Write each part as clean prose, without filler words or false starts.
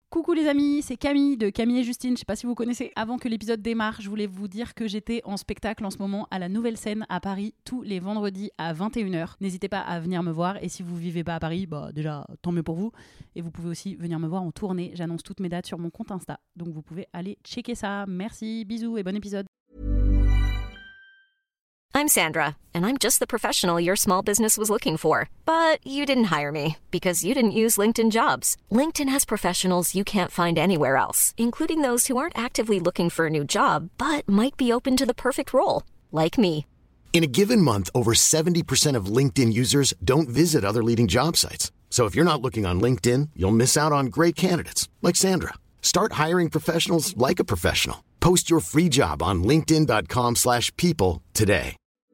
Coucou les amis, c'est Camille de Camille et Justine, je sais pas si vous connaissez. Avant que l'épisode démarre, je voulais vous dire que j'étais en spectacle en ce moment à la Nouvelle Scène à Paris tous les vendredis à 21h. N'hésitez pas à venir me voir et si vous vivez pas à Paris, bah déjà tant mieux pour vous. Et vous pouvez aussi venir me voir en tournée, j'annonce toutes mes dates sur mon compte Insta. Donc vous pouvez aller checker ça. Merci, bisous et bon épisode. I'm Sandra, and I'm just the professional your small business was looking for. But you didn't hire me because you didn't use LinkedIn Jobs. LinkedIn has professionals you can't find anywhere else, including those who aren't actively looking for a new job, but might be open to the perfect role, like me. In a given month, over 70% of LinkedIn users don't visit other leading job sites. So if you're not looking on LinkedIn, you'll miss out on great candidates like Sandra. Start hiring professionals like a professional. Post your free job on linkedin.com/people today.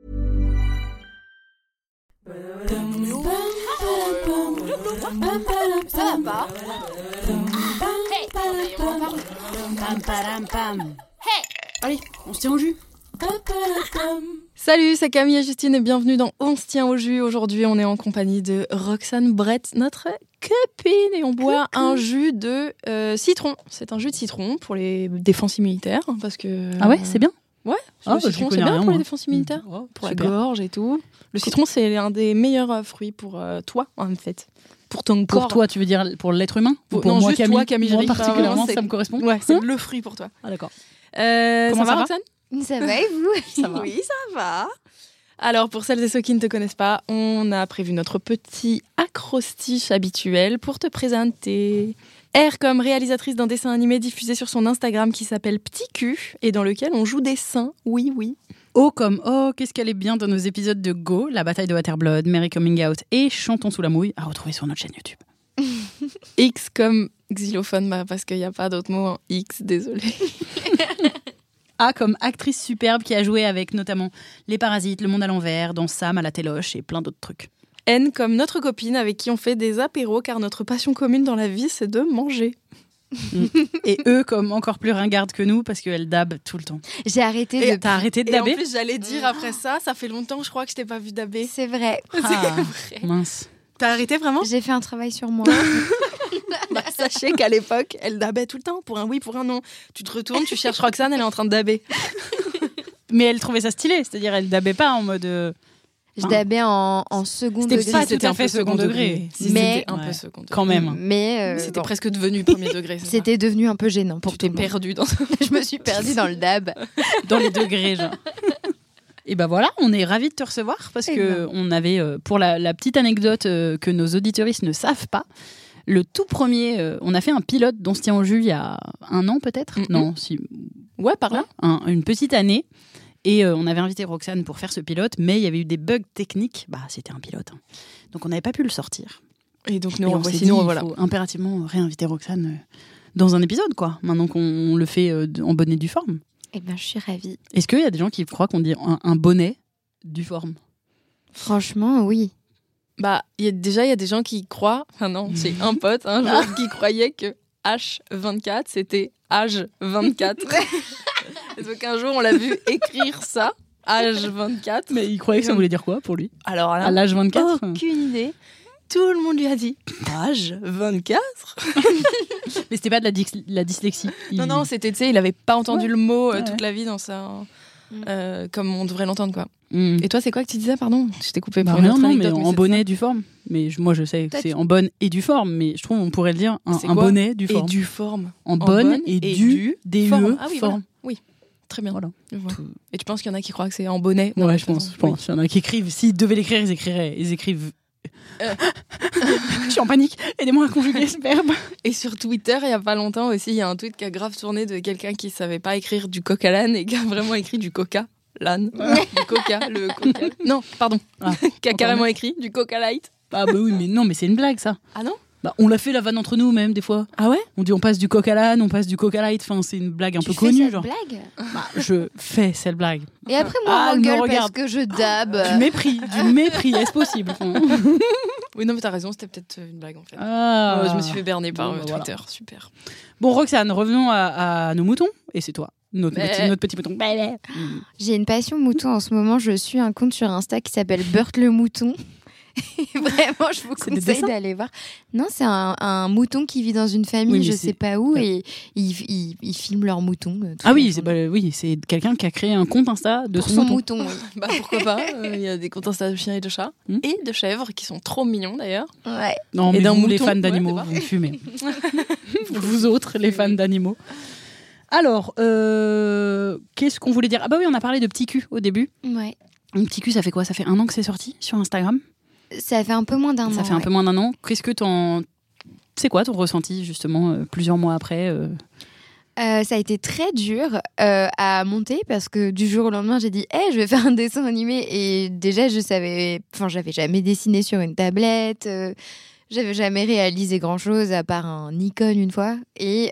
Allez, on se tient au jus. Salut, c'est Camille et Justine et bienvenue dans On se tient au jus. Aujourd'hui, on est en compagnie de Roxane Brett, notre copine, et on boit un jus de citron. C'est un jus de citron pour les défenses immunitaires, parce que... Ah ouais, c'est bien. Ouais, Ah, le citron, c'est bien pour les défenses immunitaires, pour la gorge et tout. Le citron, c'est un des meilleurs fruits pour toi, en fait. Pour ton corps. Pour toi, tu veux dire pour l'être humain ou pour non, moi, juste Camille, toi, Camille, moi j'arrive pas, particulièrement, vraiment, ça me correspond. Ouais, c'est le fruit pour toi. Ah d'accord. Comment ça va, Roxane ? Ça va et vous ? Ça va. Oui, ça va. Alors, pour celles et ceux qui ne te connaissent pas, on a prévu notre petit acrostiche habituel pour te présenter. R comme réalisatrice d'un dessin animé diffusé sur son Instagram qui s'appelle Petit Cul et dans lequel on joue des seins. Oui, oui. O comme oh, qu'est-ce qu'elle est bien dans nos épisodes de Go, la bataille de Waterblood, Mary Coming Out et Chantons sous la mouille à retrouver sur notre chaîne YouTube. X comme xylophone, bah, parce qu'il n'y a pas d'autre mot en X, désolé. A comme actrice superbe qui a joué avec notamment Les Parasites, Le Monde à l'envers, dans Sam à la téloche et plein d'autres trucs. N comme notre copine avec qui on fait des apéros car notre passion commune dans la vie c'est de manger. Et E comme encore plus ringarde que nous parce qu'elle dabe tout le temps. J'ai arrêté de... T'as arrêté de Et en daber ? plus j'allais dire après ça fait longtemps je crois que je t'ai pas vu daber. C'est vrai. Ah, mince. T'as arrêté vraiment ? J'ai fait un travail sur moi. Bah, sachez qu'à l'époque, elle dabait tout le temps, pour un oui, pour un non. Tu te retournes, tu cherches Roxane, elle est en train de daber. Mais elle trouvait ça stylé, c'est-à-dire elle dabait pas en mode... Je dabais en second C'était degré. pas tout à fait second degré. Mais- C'était un peu Ouais. second degré. Quand même. Mais C'était bon, presque devenu premier degré. c'est ça. c'était devenu un peu gênant pour Tu tout t'es le monde. perdu dans Je me suis perdue dans le dab. Dans les degrés, genre. Et ben voilà, on est ravis de te recevoir parce Eh que on avait, pour la petite anecdote que nos auditeuristes ne savent pas, le tout premier, on a fait un pilote dont se tient au jus il y a 1 an peut-être. Mm-mm. Non, si, Ouais, par là. une petite année. Et on avait invité Roxane pour faire ce pilote, mais il y avait eu des bugs techniques. Bah, c'était un pilote, hein. Donc on n'avait pas pu le sortir. Et donc Et nous, on s'est dit, nous il voilà. faut impérativement réinviter Roxane dans un épisode, quoi. Maintenant qu'on le fait en bonne et due forme. Eh ben, je suis ravie. Est-ce qu'il y a des gens qui croient qu'on dit un bonnet due forme ? Franchement, oui. Bah, il y a des gens qui croient. Enfin non, c'est un pote, un jour, qui croyait que H24 c'était âge 24. Et donc un jour, on l'a vu écrire ça, âge 24. Mais il croyait que ça voulait dire quoi pour lui ? Alors là, À l'âge 24 aucune idée. Tout le monde lui a dit âge 24. Mais c'était pas de la dyslexie. Non, c'était, tu sais, il avait pas entendu le mot Ouais. toute la vie dans sa. Comme on devrait l'entendre, quoi. Mm. Et toi, c'est quoi que tu disais, pardon ? Je t'ai coupé Bah pour une autre non, mais anecdote. mais en c'est bonnet due forme. Mais moi, je sais que Toi, c'est tu- en bonne et due forme, mais je trouve qu'on pourrait le dire C'est un quoi bonnet due ça. forme. Et du forme. En bonne et du, DUE, forme. Ah oui, forme. voilà. Oui, très bien. Voilà. Je vois. Tout- Et tu penses qu'il y en a qui croient que c'est en bonnet ? Non, Ouais, de je toute pense. façon, Je pense. Il y en a qui écrivent. S'ils devaient l'écrire, ils écrivent. Je suis en panique. Aidez-moi à conjuguer ce verbe. oui. Et sur Twitter, il y a pas longtemps aussi, il y a un tweet qui a grave tourné de quelqu'un qui savait pas écrire du coq à l'âne et qui a vraiment écrit du coca. L'âne. Du coca. Le coca. Non, pardon. Ah, Qui a encore carrément mieux. écrit du coca light. Ah bah oui, mais non, mais c'est une blague ça. Ah non ? Bah, on l'a fait la vanne entre nous même des fois. Ah ouais ? On dit on passe du coq à l'âne, on passe du coq à light. Enfin, c'est une blague un Tu peu fais connue, cette genre. blague Bah, je fais cette blague. Et après, moi, Ah, on elle me m'engueule parce regarde. que je dab. Du mépris, est-ce possible? Oui, non, mais t'as raison, c'était peut-être une blague en fait. Ah. Ouais, je me suis fait berner par Bon, bah, voilà. Twitter, super. Bon, Roxane, revenons à nos moutons. Et c'est toi, notre Mais- petit mouton. J'ai une passion mouton en ce moment. Je suis un compte sur Insta qui s'appelle Burt le mouton. Vraiment, je vous C'est des conseille dessins d'aller voir. Non, c'est un mouton qui vit dans une famille, Oui, mais je c'est- sais pas où, Ouais. et ils filment leur mouton. toute Ah la oui, journée. oui, c'est quelqu'un qui a créé un compte Insta de Pour son son mouton. mouton, oui. Bah pourquoi pas. Il y a des comptes Insta de chiens et de chats et de chèvres qui sont trop mignons d'ailleurs. Ouais. Non, Et mais d'un vous, les mouton, fans ouais, d'animaux, c'est pas- vous me fumez. Vous autres, les fans d'animaux. Alors, qu'est-ce qu'on voulait dire? Ah bah oui, on a parlé de Petit Cul au début. Ouais. Donc, Petit Cul, ça fait quoi? Ça fait 1 an que c'est sorti sur Instagram? Ça fait un peu moins d'un an. Ça fait un peu moins d'1 an. Qu'est-ce que c'est quoi ton ressenti, justement, plusieurs mois après Ça a été très dur à monter parce que du jour au lendemain, j'ai dit je vais faire un dessin animé. Et déjà, j'avais jamais dessiné sur une tablette. J'avais jamais réalisé grand-chose à part un Nikon une fois. Et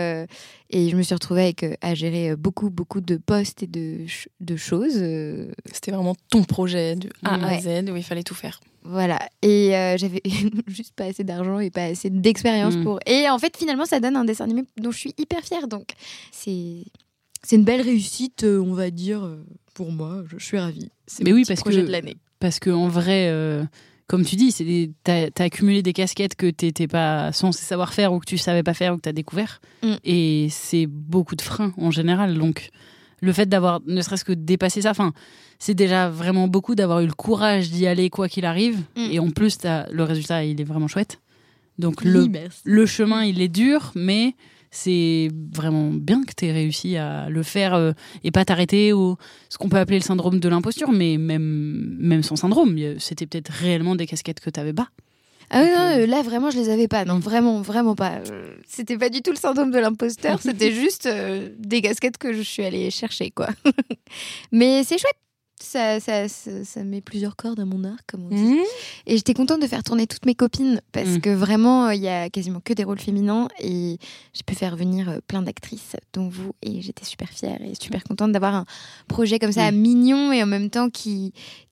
je me suis retrouvée à gérer beaucoup de postes et de choses. C'était vraiment ton projet de A à Ouais. Z où il fallait tout faire. Voilà. Et j'avais juste pas assez d'argent et pas assez d'expérience pour. Et en fait, finalement, ça donne un dessin animé dont je suis hyper fière. Donc, c'est une belle réussite, on va dire, pour moi. Je suis ravie. C'est Mais mon oui, petit parce projet que- de l'année. Parce qu'en vrai, comme tu dis, t'as accumulé des casquettes que t'étais pas censé savoir faire ou que tu savais pas faire ou que t'as découvert. Et c'est beaucoup de freins en général. Donc, le fait d'avoir ne serait-ce que dépassé ça, c'est déjà vraiment beaucoup d'avoir eu le courage d'y aller quoi qu'il arrive. Et en plus, le résultat, il est vraiment chouette. Donc, le chemin, il est dur, mais c'est vraiment bien que tu aies réussi à le faire et pas t'arrêter au ce qu'on peut appeler le syndrome de l'imposture, mais même sans syndrome, c'était peut-être réellement des casquettes que tu n'avais pas. Ah oui, non, là, vraiment, je les avais pas. Non, vraiment pas. C'était pas du tout le syndrome de l'imposteur. C'était juste des casquettes que je suis allée chercher, quoi. Mais c'est chouette. Ça met plusieurs cordes à mon arc, comme on dit. Et j'étais contente de faire tourner toutes mes copines parce que vraiment, il y a quasiment que des rôles féminins et j'ai pu faire venir plein d'actrices, dont vous. Et j'étais super fière et super contente d'avoir un projet comme ça mignon et en même temps qui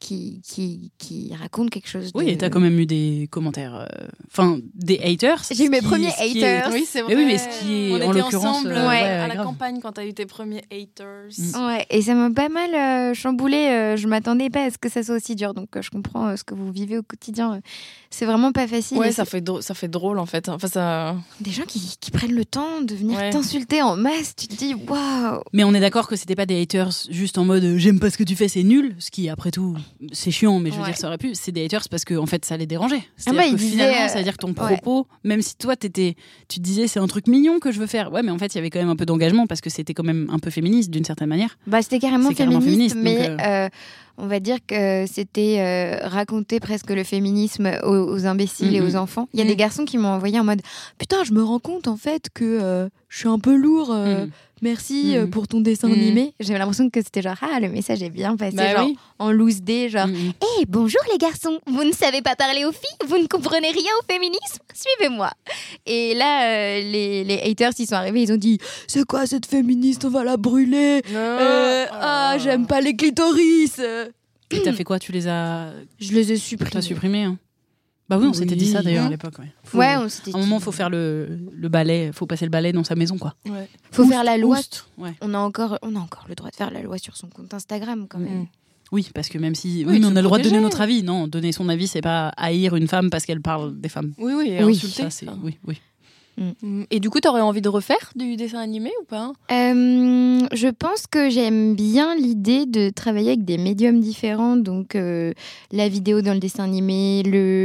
raconte quelque chose de... Oui, et t'as quand même eu des commentaires, des haters. J'ai eu mes ce qui- premiers ce qui est- haters. Oui, c'est Mais vrai. oui, mais ce qui est, On en était l'occurrence, ensemble à à la grave. campagne quand t'as eu tes premiers haters. Ouais, et ça m'a pas mal chamboulé. Je m'attendais pas à ce que ça soit aussi dur. Donc, je comprends ce que vous vivez au quotidien. C'est vraiment pas facile. Ouais, Et ça fait drôle en fait. Enfin, ça... des gens qui prennent le temps de venir Ouais. t'insulter en masse. Tu te dis, waouh! Mais on est d'accord que c'était pas des haters juste en mode j'aime pas ce que tu fais, c'est nul. Ce qui, après tout, c'est chiant, mais je veux Ouais. dire, ça aurait pu. C'est des haters parce que en fait, ça les dérangeait. Ah C'est-à-dire bah, que ils disaient, finalement, ça veut dire que ton ouais. propos, même si toi, tu te disais c'est un truc mignon que je veux faire. Ouais, mais en fait, il y avait quand même un peu d'engagement parce que c'était quand même un peu féministe d'une certaine manière. Bah, c'était carrément C'est carrément féministe, féministe, mais donc, on va dire que c'était raconter presque le féminisme aux imbéciles et aux enfants. Il y a des garçons qui m'ont envoyé en mode putain, je me rends compte en fait que je suis un peu lourd. Merci pour ton dessin animé. J'avais l'impression que c'était genre le message est bien passé, Bah genre oui. en loose day, genre bonjour les garçons, vous ne savez pas parler aux filles, vous ne comprenez rien au féminisme, suivez-moi. Et là les haters ils sont arrivés, ils ont dit c'est quoi cette féministe, on va la brûler. J'aime pas les clitoris. Et t'as fait quoi? Tu les as Je les ai supprimés. T'as supprimé hein. Bah oui, on s'était dit ça d'ailleurs à l'époque. Ouais. Ouais, on s'était À un moment, faut faire le balai, faut passer le balai dans sa maison, quoi. Ouais. faut faire la loi. Ouais. On a encore le droit de faire la loi sur son compte Instagram quand même. Oui, parce que même si. Oui, Oui, mais se on a le droit de donner protéger. notre avis. Non, donner son avis, c'est pas haïr une femme parce qu'elle parle des femmes. Oui, et Oui. insulter. Ça, c'est. Oui. Et du coup, t'aurais envie de refaire du dessin animé ou pas? Je pense que j'aime bien l'idée de travailler avec des médiums différents, donc la vidéo dans le dessin animé,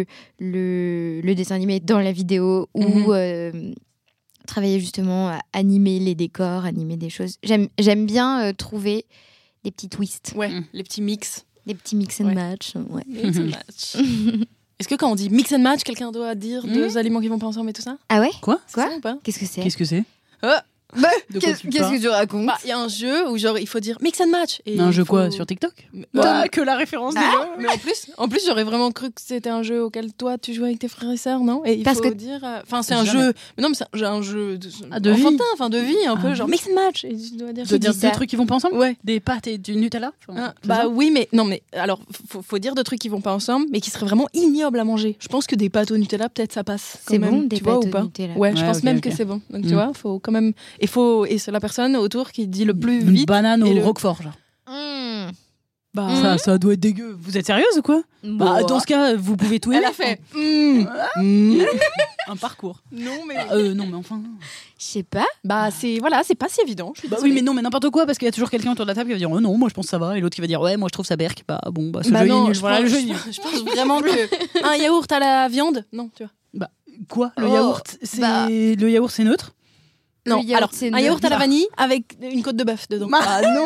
le dessin animé dans la vidéo, ou travailler justement à animer les décors, animer des choses. J'aime bien trouver des petits twists, Ouais, les petits mix. des petits mix and Ouais. match. Ouais. Mix and match. Est-ce que quand on dit mix and match, quelqu'un doit dire deux aliments qui vont pas ensemble et tout ça? Ah ouais? Quoi? C'est ça ou pas? Qu'est-ce que c'est? Qu'est-ce que c'est? Bah, De quoi tu parles que tu racontes? Bah, il y a un jeu où genre il faut dire mix and match. Et Un il jeu faut- quoi? Sur TikTok? Que la référence Mais en plus, j'aurais vraiment cru que c'était un jeu auquel toi tu jouais avec tes frères et sœurs, non? Et il Parce faut que- dire, enfin c'est un Jamais. jeu, mais non mais c'est un jeu de vie. enfantin, enfin de vie un peu, Ah genre oui. mix and match. Et tu dois dire. De dire dit deux ça trucs qui vont pas ensemble? Ouais. Des pâtes et du Nutella? Ah, C'est bah ça oui, mais non, mais alors faut dire deux trucs qui vont pas ensemble, mais qui seraient vraiment ignobles à manger. Je pense que des pâtes au Nutella, peut-être ça passe. quand C'est même, bon, des tu vois, pâtes ou au pas Nutella. Ouais, je Ouais, pense ok, même ok. que c'est bon. Donc tu Mm. vois, faut quand même, et c'est la personne autour qui dit le plus Une vite. banane et au le- roquefort, genre. Ça doit être dégueu. Vous êtes sérieuse ou quoi? Dans ce cas, vous pouvez tout aimer. Elle a fait. Un parcours. Non mais. Non mais enfin. Je sais pas. C'est pas si évident. Je suis Oui mais non mais n'importe quoi parce qu'il y a toujours quelqu'un autour de la table qui va dire non moi je pense que ça va et l'autre qui va dire ouais moi je trouve ça berk. Ce jeu est nul. Voilà le jeu est nul. Je pense vraiment que un yaourt à la viande, non tu vois. Quoi le yaourt le yaourt c'est neutre. Non, alors un yaourt à la vanille avec une côte de bœuf dedans. Non.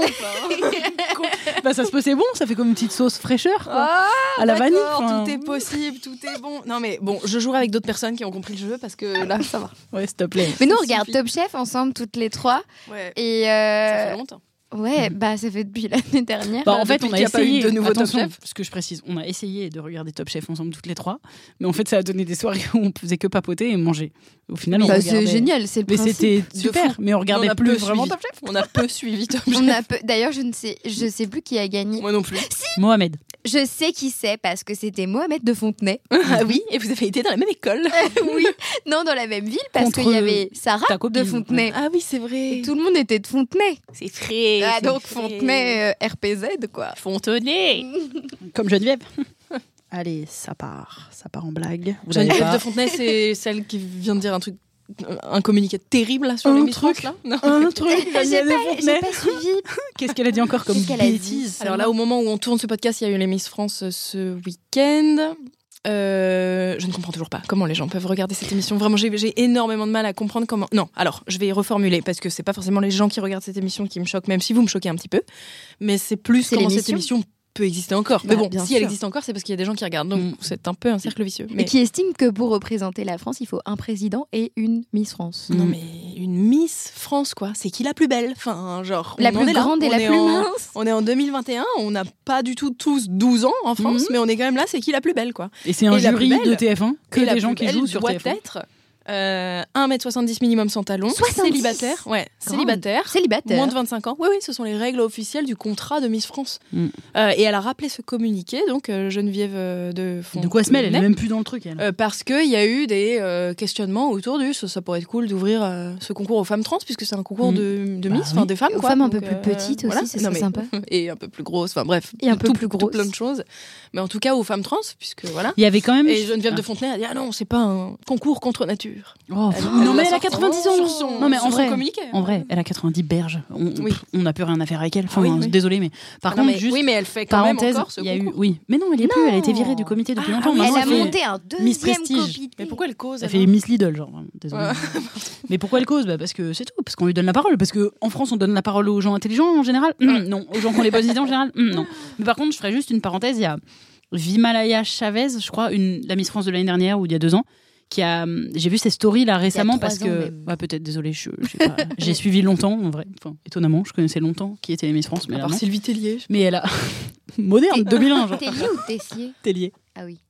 Ça se peut, c'est bon, ça fait comme une petite sauce fraîcheur quoi. À la vanille. Tout est possible, tout est bon. Non mais bon, je jouerai avec d'autres personnes qui ont compris le jeu parce que là ça va. Ouais, s'il te plaît. Mais nous on regarde Top Chef ensemble toutes les 3. Ouais. Et ça fait longtemps. Ouais, ça fait depuis l'année dernière. En fait, on a essayé de nouveau Top Chef. Ce que je précise, on a essayé de regarder Top Chef ensemble toutes les 3, mais en fait, ça a donné des soirées où on faisait que papoter et manger. Au final, on regardait. C'est génial, c'est le mais principe. c'était super, mais on regardait plus vraiment Top Chef. On a peu suivi Top Chef. D'ailleurs, je sais plus qui a gagné. Moi non plus. Mohamed. Je sais qui c'est parce que c'était Mohamed de Fontenay. Ah oui, et vous avez été dans la même école. Oui, non, dans la même ville parce qu'il y avait Sarah de Fontenay. Ah oui, c'est vrai. Et tout le monde était de Fontenay. C'est frais. Donc Fontenay, RPZ quoi. Fontenay. Comme Geneviève. Allez, ça part en blague. Geneviève de Fontenay, c'est celle qui vient de dire un communiqué terrible là, sur les Miss France là. Non. Un truc. J'ai pas suivi. Qu'est-ce qu'elle a dit encore comme bêtise? Alors là, au moment où on tourne ce podcast, il y a eu les Miss France ce week-end. Je ne comprends toujours pas comment les gens peuvent regarder cette émission. Vraiment, j'ai énormément de mal à comprendre comment. Non, alors je vais reformuler parce que c'est pas forcément les gens qui regardent cette émission qui me choquent, même si vous me choquez un petit peu. Mais c'est plus comment cette émission peut exister encore. Mais bon, si elle existe encore, c'est parce qu'il y a des gens qui regardent. Donc c'est un peu un cercle vicieux. Mais qui estime que pour représenter la France, il faut un président et une Miss France. Non mais une Miss France quoi, c'est qui la plus belle? Enfin genre la plus grande et la plus mince. On est en 2021, on n'a pas du tout tous 12 ans en France, mais on est quand même là, c'est qui la plus belle quoi. Et c'est un jury de TF1 que des gens qui jouent sur TF1. Doit être 1m70 minimum sans talons, 70. célibataire, célibataire, moins de 25 ans. Oui, ce sont les règles officielles du contrat de Miss France. Et elle a rappelé ce communiqué, donc Geneviève de Fontenay. De quoi se mêle? Elle est même plus dans le truc, elle. Parce qu'il y a eu des questionnements autour du ça pourrait être cool d'ouvrir ce concours aux femmes trans, puisque c'est un concours de Miss, enfin des femmes. Aux femmes un peu plus petites aussi, c'est sympa. Et un peu plus grosses, enfin bref. Et un peu plus grosses. Plein de choses. Mais en tout cas, aux femmes trans, puisque voilà. Il y avait quand même. Et Geneviève de Fontenay a dit ah non, c'est pas un concours contre nature. Oh, non mais elle a 90 ans. Non mais en vrai, elle a 90 berges. On n'a plus rien à faire avec elle. Enfin, désolé, mais par contre, juste. Oui, mais elle fait quand même encore ce concours. Oui, mais non, elle y est plus. Elle a été virée du comité depuis longtemps. Elle a monté un deuxième comité. Mais pourquoi elle cause? Elle fait Miss Lidl, genre. Désolé. Mais pourquoi elle cause? Parce que c'est tout. Parce qu'on lui donne la parole. Parce que en France, on donne la parole aux gens intelligents en général. Non. Aux gens qui ont les bonnes idées en général. Non. Mais par contre, je ferais juste une parenthèse. Il y a Vimalaya Chavez, je crois, la Miss France de l'année dernière ou il y a 2 ans. J'ai vu ses stories là récemment parce que peut-être désolé j'ai suivi longtemps en vrai, enfin étonnamment je connaissais longtemps qui était les Miss France mais à part Sylvie Tellier, mais elle a moderne 2001 genre. Tellier ou Tessier? Tellier. Ah oui.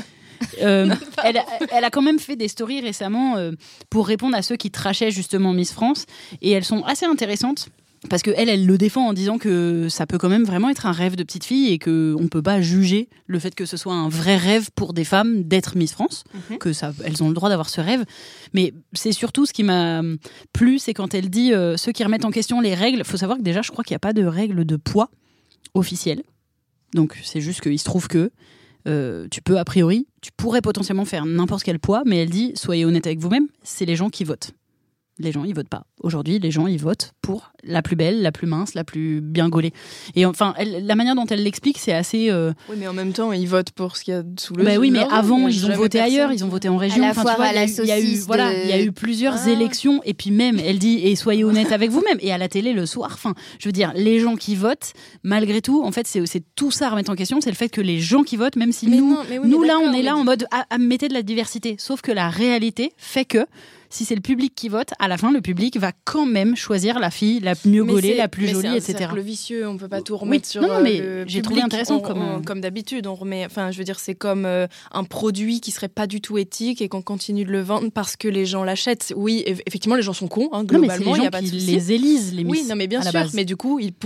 Elle a quand même fait des stories récemment pour répondre à ceux qui trashaient justement Miss France et elles sont assez intéressantes. Parce qu'elle le défend en disant que ça peut quand même vraiment être un rêve de petite fille et qu'on ne peut pas juger le fait que ce soit un vrai rêve pour des femmes d'être Miss France, elles ont le droit d'avoir ce rêve. Mais c'est surtout ce qui m'a plu, c'est quand elle dit ceux qui remettent en question les règles. Il faut savoir que déjà, je crois qu'il n'y a pas de règles de poids officielles. Donc c'est juste qu'il se trouve que tu pourrais potentiellement faire n'importe quel poids, mais elle dit, soyez honnête avec vous-même, c'est les gens qui votent. Les gens, ils votent pas. Aujourd'hui, les gens, ils votent pour la plus belle, la plus mince, la plus bien gaulée. Et enfin, la manière dont elle l'explique, c'est assez... Oui, mais en même temps, ils votent pour ce qu'il y a sous le... oui, mais avant, ils ont voté ailleurs, ils ont voté en région. À la foire à la saucisse. Il y a eu plusieurs élections. Et puis même, elle dit, et soyez honnête avec vous-même. Et à la télé, le soir, enfin, je veux dire, les gens qui votent, malgré tout, en fait, c'est tout ça à remettre en question. C'est le fait que les gens qui votent, même si nous là, on est là en mode, mettez de la diversité. Sauf que la réalité fait que si c'est le public qui vote, à la fin, le public va quand même choisir la fille la mieux gaulée, la plus jolie, etc. C'est un cercle vicieux, on peut pas tout remettre sur mais le j'ai public. trouvé intéressant comme d'habitude, on remet. Enfin, je veux dire, c'est comme un produit qui serait pas du tout éthique et qu'on continue de le vendre parce que les gens l'achètent. Oui, effectivement, les gens sont cons, globalement, il y a pas de souci. Les élisent, les Miss. Oui, non, mais bien sûr. Mais du coup, ils pourraient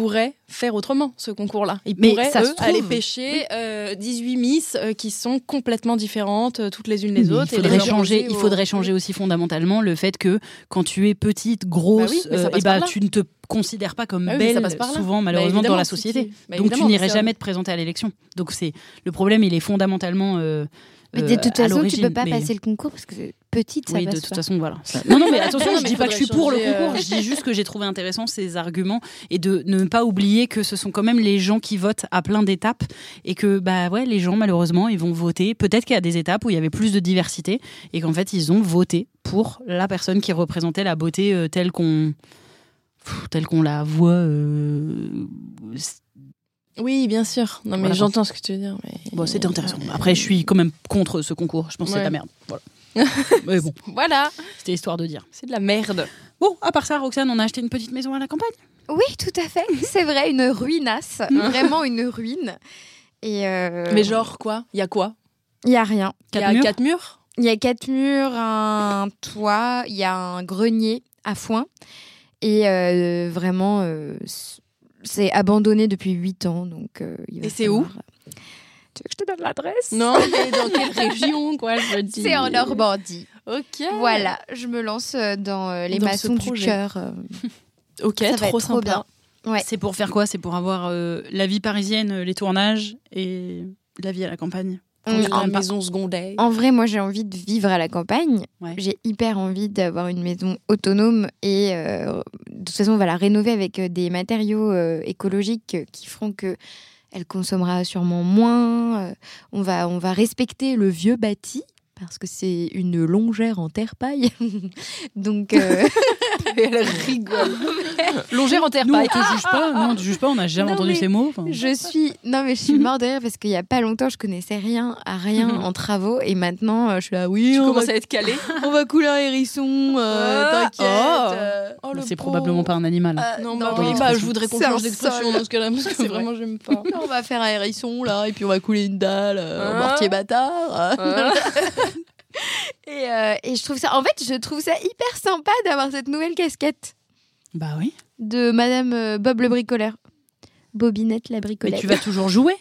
faire autrement ce concours-là. Ils Mais pourraient, ça se eux, trouve, aller pêcher 18 Miss qui sont complètement différentes, toutes les unes les Mais autres. il faudrait changer aussi fondamentalement le fait que quand tu es petite, grosse, Bah oui, mais ça passe par là. tu ne te considères pas comme Ah oui, mais ça belle passe par là. souvent malheureusement dans la évidemment, société. Bah, Donc tu évidemment, n'irais mais ça- jamais te présenter à l'élection. Donc c'est le problème, il est fondamentalement Mais de toute à façon, tu l'origine, peux pas mais- passer le concours parce que petite, ça Oui, de passe toute pas. façon, voilà. Non, mais attention, Non, je mais dis pas que je suis pour le faudrait concours. changer, Je dis juste que j'ai trouvé intéressant ces arguments et de ne pas oublier que ce sont quand même les gens qui votent à plein d'étapes et que les gens malheureusement ils vont voter. Peut-être qu'il y a des étapes où il y avait plus de diversité et qu'en fait ils ont voté pour la personne qui représentait la beauté telle qu'on la voit. Oui, bien sûr. Non, mais Voilà. j'entends ce que tu veux dire. Mais... Bon, c'était intéressant. Après, je suis quand même contre ce concours. Je pense que c'est de la merde. Voilà. Mais bon, Voilà, c'était histoire de dire. c'est de la merde. Bon, à part ça, Roxane, on a acheté une petite maison à la campagne. Oui, tout à fait. C'est vrai, une ruinasse. Vraiment une ruine. Et Mais genre quoi? Il y a quoi? il y a rien. Il y a 4 murs? Il y a 4 murs, un toit, il y a un grenier à foin. Et vraiment, c'est abandonné depuis 8 ans. Donc, il va Et c'est où? falloir- Tu veux que je te donne l'adresse? Non, mais dans quelle région, quoi, je veux dire? C'est en Normandie. Ok. Voilà, je me lance dans les Dans ce maçons du projet. cœur. Ok, Ça va trop être trop sympa. bien. Ouais. C'est pour faire quoi? C'est pour avoir la vie parisienne, les tournages et la vie à la campagne. La maison secondaire. En vrai, moi, j'ai envie de vivre à la campagne. Ouais. J'ai hyper envie d'avoir une maison autonome et de toute façon, on va la rénover avec des matériaux écologiques qui feront que elle consommera sûrement moins. On va respecter le vieux bâti parce que c'est une longère en terre-paille. Donc, Elle rigole. Longère en terre Nous, on paille. te juge pas. Non, on te juge pas. On n'a jamais Non, entendu mais ces mots. Enfin. je suis morte de rire parce qu'il y a pas longtemps, je connaissais rien en travaux et maintenant, je suis là, oui, Tu on va, commences à être calée. on va couler un hérisson, t'inquiète. Oh, le C'est pauvre. probablement pas un animal. Non, Non, bah, oui, oui, l'expression. je voudrais qu'on C'est change un d'expression sol. dans ce cas-là, parce que C'est vraiment, j'aime pas. On va faire un hérisson là et puis on va couler une dalle en Ah. mortier bâtard. Et je trouve ça, en fait, je trouve ça hyper sympa d'avoir cette nouvelle casquette Bah oui. de Madame Bob le bricoleur. Bobinette la Mais bricolette. tu vas toujours jouer.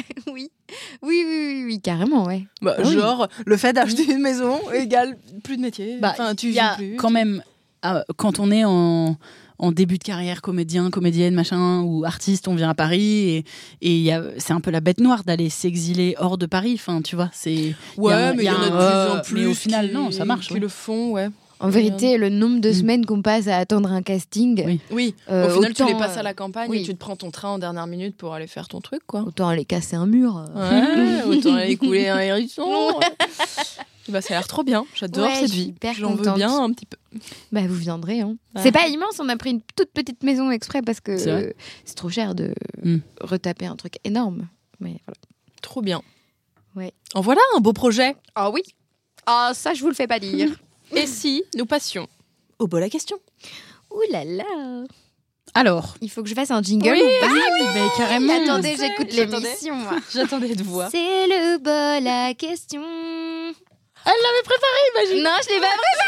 Oui, carrément, ouais. Bah, oui. genre, le fait d'acheter une maison égale plus de métier. Bah, Enfin, tu il y a joues plus. quand même, quand on est en début de carrière, comédien, comédienne, machin, ou artiste, on vient à Paris et c'est un peu la bête noire d'aller s'exiler hors de Paris. Enfin, tu vois, c'est. Ouais, mais il y en a de plus en plus. Mais au final, qui- non, ça marche. Qui ouais. le font, ouais. En vérité, le nombre de Mm. semaines qu'on passe à attendre un casting, Oui. Oui, au final, tu autant, les passes à la campagne oui. et tu te prends ton train en dernière minute pour aller faire ton truc, quoi. autant aller casser un mur. Ouais, autant aller couler un hérisson. Bah, ça a l'air trop bien. J'adore Ouais, cette je suis vie. hyper J'en veux contente. bien un petit peu. Bah, vous viendrez. Hein. Ouais. C'est pas immense, on a pris une toute petite maison exprès parce que C'est vrai. c'est trop cher de Mm. retaper un truc énorme. Mais voilà. Trop bien. Ouais. En voilà un beau projet. Ah oui. Ah, ça, je vous le fais pas dire. Et si nous passions au bol à question? Ouh là là. Alors. Il faut que je fasse un jingle. Oui, ou pas Mais carrément. Attendez, j'écoute j'attendais. l'émission. moi. J'attendais de voir. C'est le bol à question. Elle l'avait préparé, imagine. Non, je l'ai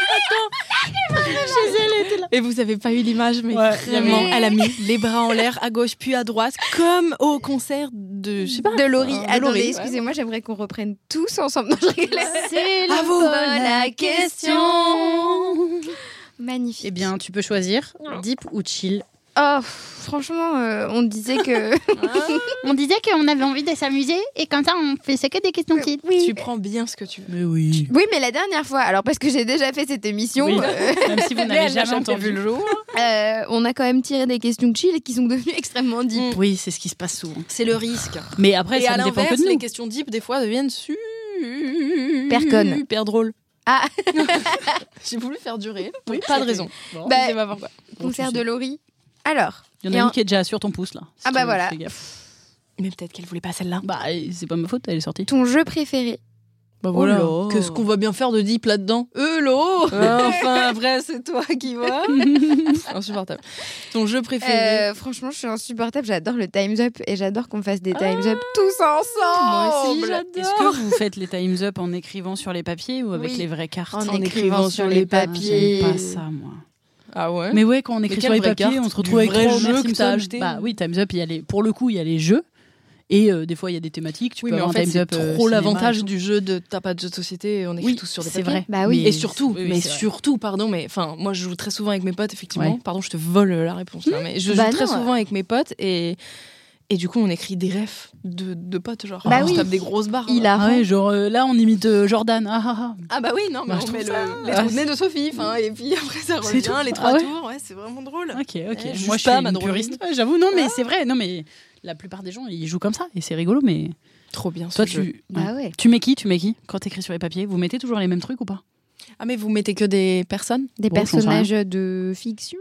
pas préparé. Et vous avez pas eu l'image, mais Ouais, vraiment, mais- elle a mis les bras en l'air, à gauche puis à droite, comme au concert de, je sais pas, De Laurie. de Attendez, Laurie, ouais. excusez-moi, j'aimerais qu'on reprenne tous ensemble. Non, je rigole. C'est le À vous. bol à question. Magnifique. Eh bien, tu peux choisir deep ou chill. Oh, franchement, on disait que. On disait qu'on avait envie de s'amuser et comme ça on faisait que des questions kids. Tu prends bien ce que tu veux. Mais oui. Oui, mais la dernière fois, alors parce que j'ai déjà fait cette émission, Oui. Même si vous n'avez jamais entendu vu le jour. on a quand même tiré des questions chill qui sont devenues extrêmement deep. Oui, c'est ce qui se passe souvent. C'est le risque. Mais après, Et ça à ne dépend que l'inverse, de nous. les questions deep, des fois, deviennent connes. super drôles. Ah, J'ai voulu faire durer. Oui, Pas de c'est raison. Bon. Bah, Je sais pas pourquoi. concert tu de sais. Laurie. Alors, Il y en a une qui est déjà sur ton pouce là. Ah bah voilà. Fais gaffe. Mais peut-être qu'elle voulait pas celle-là. Bah, c'est pas ma faute, elle est sortie. ton jeu préféré. Bah voilà. Qu'est-ce qu'on va bien faire de deep là-dedans? Enfin, après, c'est toi qui vois. Insupportable. Ton jeu préféré? Franchement, je suis insupportable. J'adore le Time's Up et j'adore qu'on fasse des Time's Up tous ensemble. Est-ce que vous faites les times up en écrivant sur les papiers ou avec Oui. les vraies cartes En écrivant sur les papiers. J'aime pas ça, moi. Ah ouais. Mais ouais, quand on écrit Mais sur les quelle vraie papiers, carte on se retrouve du avec vrai trois jeu Homer que t'as Simpson. acheté. Bah oui, Time's Up, pour le coup, il y a les jeux. Et des fois, il y a des thématiques. Tu Oui, peux mais en avoir fait, un Time's c'est Up. trop cinéma l'avantage et tout. du jeu de t'as pas de jeu de société, on écrit Oui, tous sur des c'est papiers. vrai. Bah oui. Et surtout, oui, mais c'est vrai. surtout, pardon, mais enfin, moi je joue très souvent avec mes potes, effectivement. Ouais. Pardon, je te vole la réponse là, mais je Bah joue très non. souvent avec mes potes et du coup, on écrit des refs de potes, genre. Bah on se oui. tape des grosses barres. Il a Ah ouais, genre là, on imite Jordan. Ah, ah, ah. Ah bah oui, non, mais Bah, je on trouve met ça- les trous de nez de Sophie, enfin, et puis après ça C'est revient, tout. les Ah trois ouais tours, ouais, c'est vraiment drôle. Ok. juge Moi, je suis pas ma une drôlerie. puriste. Ouais, j'avoue, non, mais c'est vrai. Non, mais la plupart des gens, ils jouent comme ça et c'est rigolo. Mais Trop bien. toi, ce jeu. Bah ouais. tu mets qui quand t'écris sur les papiers? Vous mettez toujours les mêmes trucs ou pas? Ah mais vous mettez que des personnes? Des Bon, j'en sais rien. personnages de fiction,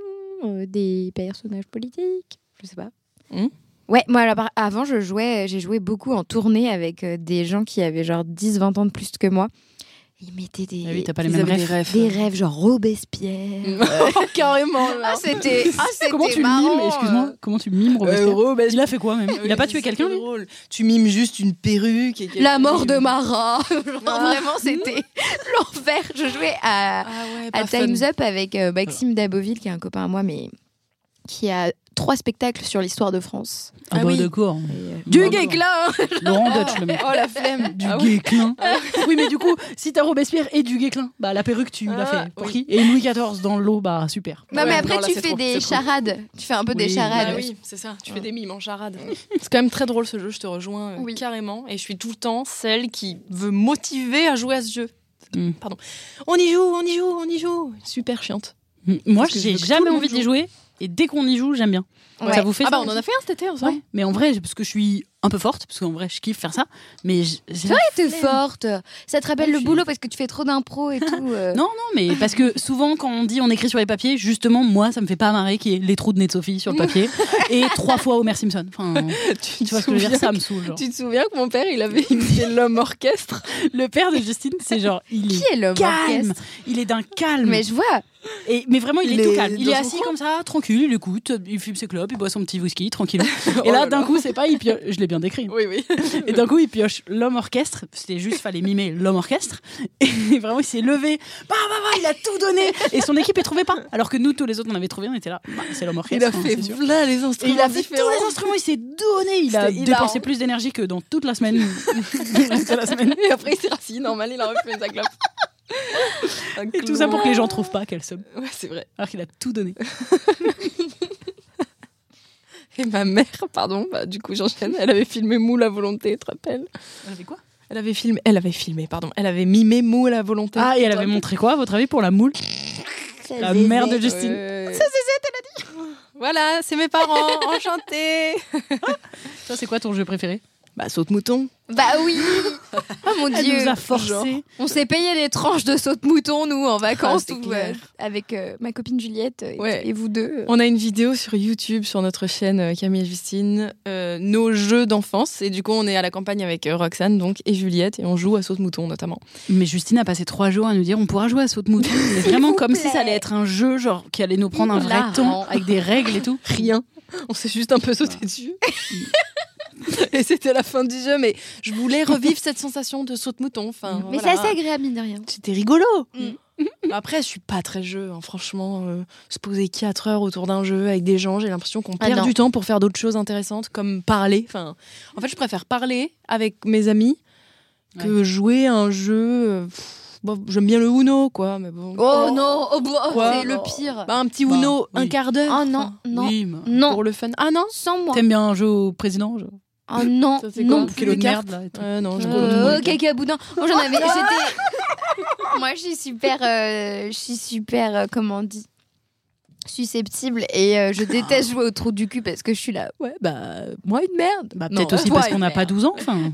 des personnages politiques, je sais pas. Hmm. Ouais, moi alors, avant j'ai joué beaucoup en tournée avec des gens qui avaient genre 10-20 ans de plus que moi. Ils mettaient des, Ah oui, t'as pas les Ils mêmes avaient rêves. des des rêves genre Robespierre. Carrément. Ah, c'était Comment tu le mimes? Excuse-moi. Comment tu mimes Robespierre? Il a fait quoi même? Il a pas tué quelqu'un, lui? drôle. Tu mimes juste une perruque et La mort de Marat. Genre, Ah. vraiment, c'était l'enfer. Je jouais à Time's Up avec Maxime Daboville, qui est un copain à moi, mais qui a 3 spectacles sur l'histoire de France. Ah Ah bah oui. d'accord. Du D'accord. Guéclin. Laurent Dutch, le mec. Oh la flemme. Du Ah oui. Guéclin. Oui, mais du coup, si t'as Robespierre et du Guéclin, bah la perruque, tu l'as fait. Pour oui. qui? Et Louis XIV dans l'eau, bah super. Non, Ouais, mais après, non, là, tu c'est fais trop, des c'est trop. charades. Tu fais un peu des Oui, charades. Ah oui, c'est ça. Tu fais des mimes en charade. C'est quand même très drôle ce jeu. Je te rejoins Oui. carrément. Et je suis tout le temps celle qui veut motiver à jouer à ce jeu. Mm. Pardon. On y joue, on y joue, on y joue. Super chiante. Moi, Parce que je j'ai veux que tout jamais le monde envie d'y joue. jouer. Et dès qu'on y joue, j'aime bien. Ouais. Ça vous fait Ah ça bah on en a fait un cet été ensemble. Ouais. Mais en vrai, parce que je suis un peu forte, parce qu'en vrai, je kiffe faire ça. Mais j'ai T'es forte. Ça te rappelle Ouais, le je suis- boulot parce que tu fais trop d'impro et tout. Non, mais parce que souvent, quand on dit on écrit sur les papiers, justement, moi, ça me fait pas marrer qu'il y ait les trous de nez de Sophie sur le papier et 3 fois Homer Simpson. Enfin, tu vois ce que je veux dire, ça me saoule. Genre. Tu te souviens que mon père, il avait imité l'homme orchestre? Le père de Justine, c'est genre, il Qui est est l'homme calme. orchestre? Il est d'un calme. Mais je vois. Mais vraiment, il Il est tout est calme. Il dans est son assis coin. comme ça, tranquille, il écoute, il fume ses clopes, il boit son petit whisky, tranquille. Oh Et là, là d'un là. coup, c'est pas, il pioche, je l'ai bien décrit. Oui, oui. Et d'un coup, il pioche l'homme orchestre. C'était juste, fallait mimer l'homme orchestre. Et vraiment, il s'est levé. Il a tout donné. Et son équipe, ne trouvait pas. Alors que nous, tous les autres, on avait trouvé, on était là. Bah, c'est l'homme orchestre. Il a hein, fait c'est sûr. là les Et instruments il a fait différents. tous les instruments, il s'est donné. Il a C'était dépensé hilarant. plus d'énergie que dans toute la semaine. Le reste de la semaine. Et après, il s'est rassis, normal, il a refait sa clope. Et tout ça pour que les gens trouvent pas qu'elle somme. Ouais, c'est vrai. Alors qu'il a tout donné. Et ma mère, pardon, bah, du coup, j'enchaîne, elle avait filmé Moule à volonté, tu te rappelles? Elle avait quoi? Elle avait mimé Moule à volonté. Ah, et elle Tu te avait montré quoi, à votre avis, pour la moule? La mère de Justine. Ça, c'est elle a dit. Voilà, c'est mes parents, enchantés. Toi, c'est quoi ton jeu préféré? Bah, saute-mouton. Bah oui. Oh mon Elle Dieu. nous a forcé. genre. On s'est payé des tranches de saute-mouton, nous, en vacances, c'est tout, clair. avec ma copine Juliette Ouais. et vous deux. On a une vidéo sur YouTube, sur notre chaîne Camille et Justine, nos jeux d'enfance. Et du coup, on est à la campagne avec Roxane donc, et Juliette, et on joue à saute-mouton notamment. Mais Justine a passé 3 jours à nous dire on pourra jouer à saute-mouton. Mais vraiment vous comme si plaît. ça allait être un jeu genre qui allait nous prendre un vrai Hilarant. temps avec des règles et tout. Rien. On s'est juste un peu sauté dessus. Et c'était la fin du jeu, mais je voulais revivre cette sensation de saute-mouton. Enfin, Mais voilà. c'est assez agréable, mine de rien. C'était rigolo. Mm. Après, je suis pas très jeu, hein. Franchement. Se poser 4 heures autour d'un jeu avec des gens, j'ai l'impression qu'on perd non. du temps pour faire d'autres choses intéressantes, comme parler. Enfin, en fait, je préfère parler avec mes amis que jouer à un jeu. Bon, j'aime bien le Uno, quoi, mais bon. Oh non, oh, bah, Quoi c'est le pire. Bah, un petit Uno, oui. un quart d'heure. Oh non, non, Oui, mais non, Pour le fun. Ah non. sans moi. t'aimes bien un jeu au président genre Oh non, Ça, c'est quoi non Pour plus. Kilo de cartes. merde là et tout. Non, je Oh, caca boudin. Moi, j'en avais. Moi, je suis super, comment on dit, susceptible et je déteste jouer au trou du cul parce que je suis là. Ouais, bah, moi, une merde. Bah Non, peut-être aussi toi, parce qu'on une n'a pas merde. 12 ans enfin.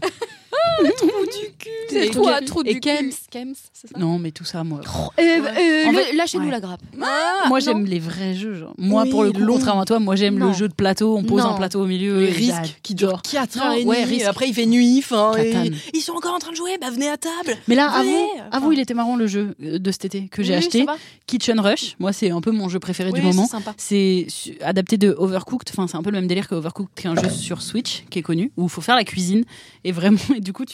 C'est toi, trou Et du cul. Kems, c'est ça? Non mais tout ça moi. En En fait, lâchez-nous ouais. la grappe. Moi j'aime les vrais jeux genre. Moi Oui, pour le coup long. contrairement à toi, moi j'aime Non. le jeu de plateau, on pose Non. un plateau au milieu Les et risques qui durent 4 heures et ouais, demie, risque. et après il fait nuit, enfin, et Catane. ils sont encore en train de jouer, bah venez à table. Mais là, Venez. avoue, il était marrant le jeu de cet été que j'ai Oui, acheté. ça va. Kitchen Rush, moi c'est un peu mon jeu préféré Oui, du moment. c'est sympa. C'est adapté de Overcooked, enfin c'est un peu le même délire que Overcooked, qui est un jeu sur Switch qui est connu où il faut faire la cuisine et vraiment et du coup t'as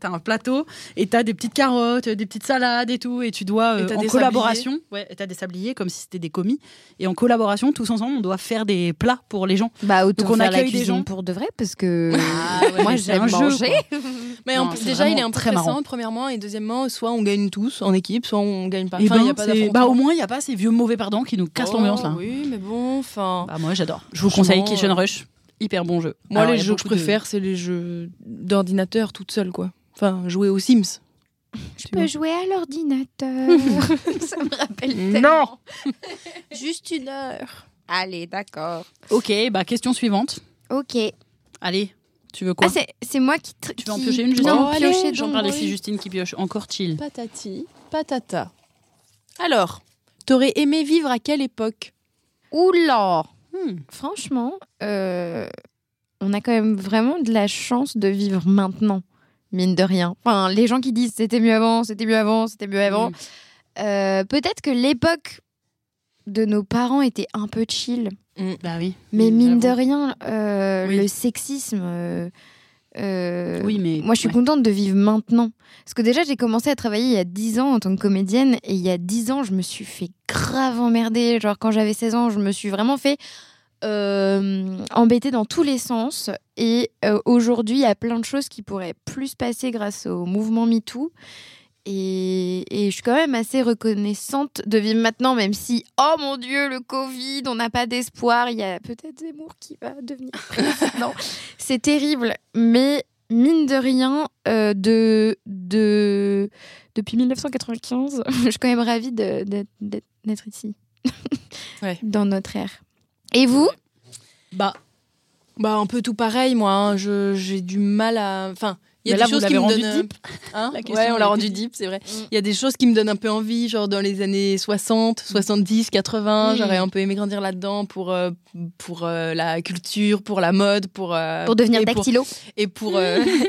t'as un plateau et t'as des petites carottes, des petites salades et tout, et tu dois, Et t'as en des collaboration, t'as des sabliers comme si c'était des commis, et en collaboration, tous ensemble, on doit faire des plats pour les gens. Bah, autant Donc on faire la accueille des cuisine gens. pour de vrai, parce que Moi, j'aime manger. Mais Non, c'est déjà, il est vraiment un peu très marrant. stressant, premièrement, et deuxièmement, soit on gagne tous en équipe, soit on gagne pas. Et Enfin, il y a pas d'affrontement. au moins, il n'y a pas ces vieux mauvais perdants qui nous cassent l'ambiance là. Oui, mais bon, enfin. Bah, moi, j'adore. Je vous conseille Franchement, Kitchen Rush. Hyper bon jeu. Moi, Alors, les il y a jeux que je beaucoup de- préfère, c'est les jeux d'ordinateur toute seule, quoi. Enfin, jouer aux Sims. Je peux jouer à l'ordinateur. Ça me rappelle tellement. Juste une heure. Allez, d'accord. Ok, bah question suivante. Ok. Allez, tu veux quoi? Ah, c'est moi qui... Tu veux en piocher une, Justine? Non, Oh, piocher allez, J'en donc, parle oui. ici, Justine qui pioche. Encore chill. Patati, patata. Alors, t'aurais aimé vivre à quelle époque? Oula. Hmm. Franchement, on a quand même vraiment de la chance de vivre maintenant, mine de rien. Enfin, les gens qui disent c'était mieux avant, c'était mieux avant, c'était mieux avant. Peut-être que l'époque de nos parents était un peu chill. Bah oui. Mais mine de j'avoue. rien, Oui. le sexisme... Oui, mais. moi, je suis ouais. contente de vivre maintenant. Parce que déjà, j'ai commencé à travailler il y a 10 ans en tant que comédienne. Et il y a 10 ans, je me suis fait grave emmerder. Genre, quand j'avais 16 ans, je me suis vraiment fait embêter dans tous les sens. Et aujourd'hui, il y a plein de choses qui pourraient plus se passer grâce au mouvement MeToo. Et je suis quand même assez reconnaissante de vivre maintenant, même si, oh mon Dieu, le Covid, on n'a pas d'espoir. Il y a peut-être Zemmour qui va devenir président. C'est terrible. Mais mine de rien, depuis 1995, je suis quand même ravie d'être ici, Ouais. dans notre ère. Et vous? Bah, Bah, un peu tout pareil, moi. Hein. J'ai du mal à. Enfin, il y a Mais là, des choses vous qui l'avez me rendu donnent. deep. Hein La question, ouais, on elle l'a était rendu deep. deep, c'est vrai. Il y a des choses qui me donnent un peu envie, genre dans les années 60, 70, 80. J'aurais un peu aimé grandir là-dedans pour la culture, pour la mode, pour Pour devenir et dactylo. et pour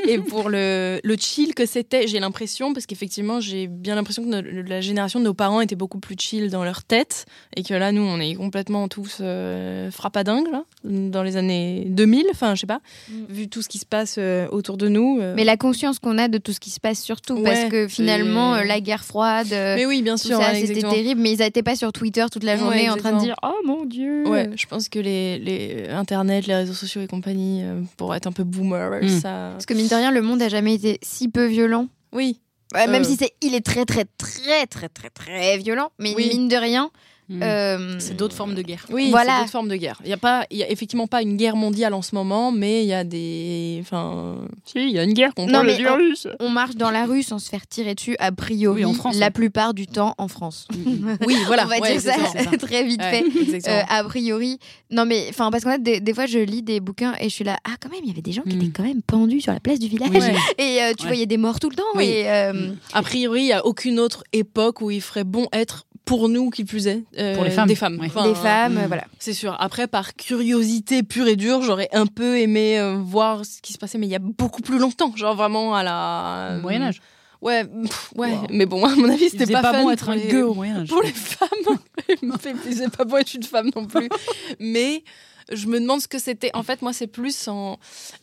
le chill que c'était. J'ai l'impression, parce qu'effectivement, j'ai bien l'impression que la génération de nos parents était beaucoup plus chill dans leur tête, et que là, nous, on est complètement tous frappadingues, là, dans les années 2000, enfin, je sais pas, vu tout ce qui se passe autour de nous. Mais la conscience qu'on a de tout ce qui se passe surtout, Ouais, parce que finalement, c'est- la guerre froide, Mais oui, bien tout sûr, ça, ouais, c'était exactement. terrible, mais ils n'étaient pas sur Twitter toute la journée Ouais, en train de dire « exactement. Oh mon Dieu !» Ouais, je pense que les Internet, les réseaux sociaux et compagnie, pour être un peu boomer, ça... Parce que mine de rien, le monde a jamais été si peu violent. Oui. Ouais, même si il est très très très très très très violent, mais Oui. mine de rien, c'est d'autres formes de guerre. Oui, Voilà. c'est d'autres formes de guerre. Il y a effectivement pas une guerre mondiale en ce moment, mais il y a des... Enfin... Si, il y a une guerre contre Non, le mais virus. on marche dans la rue sans se faire tirer dessus, a priori, Oui, en France, la ouais. plupart du temps en France. Oui, voilà. On va ouais, dire ça exactement. très vite Ouais, fait. exactement. A priori, non mais enfin parce qu'en fait des fois je lis des bouquins et je suis là quand même il y avait des gens qui étaient quand même pendus sur la place du village Ouais. et tu voyais des morts tout le temps Oui. et A priori, il y a aucune autre époque où il ferait bon être pour nous qui plus est Pour les femmes. des femmes. Ouais. Enfin, des femmes voilà. C'est sûr. Après, par curiosité pure et dure, j'aurais un peu aimé voir ce qui se passait, mais il y a beaucoup plus longtemps. Genre vraiment à la... Au Moyen-Âge. Ouais, ouais. Mais bon, à mon avis, Il c'était faisait pas, pas fun bon être pour un les- gueux au Moyen-Âge. Pour les femmes. C'est pas bon être une femme non plus. Mais je me demande ce que c'était. En fait, moi, c'est plus en...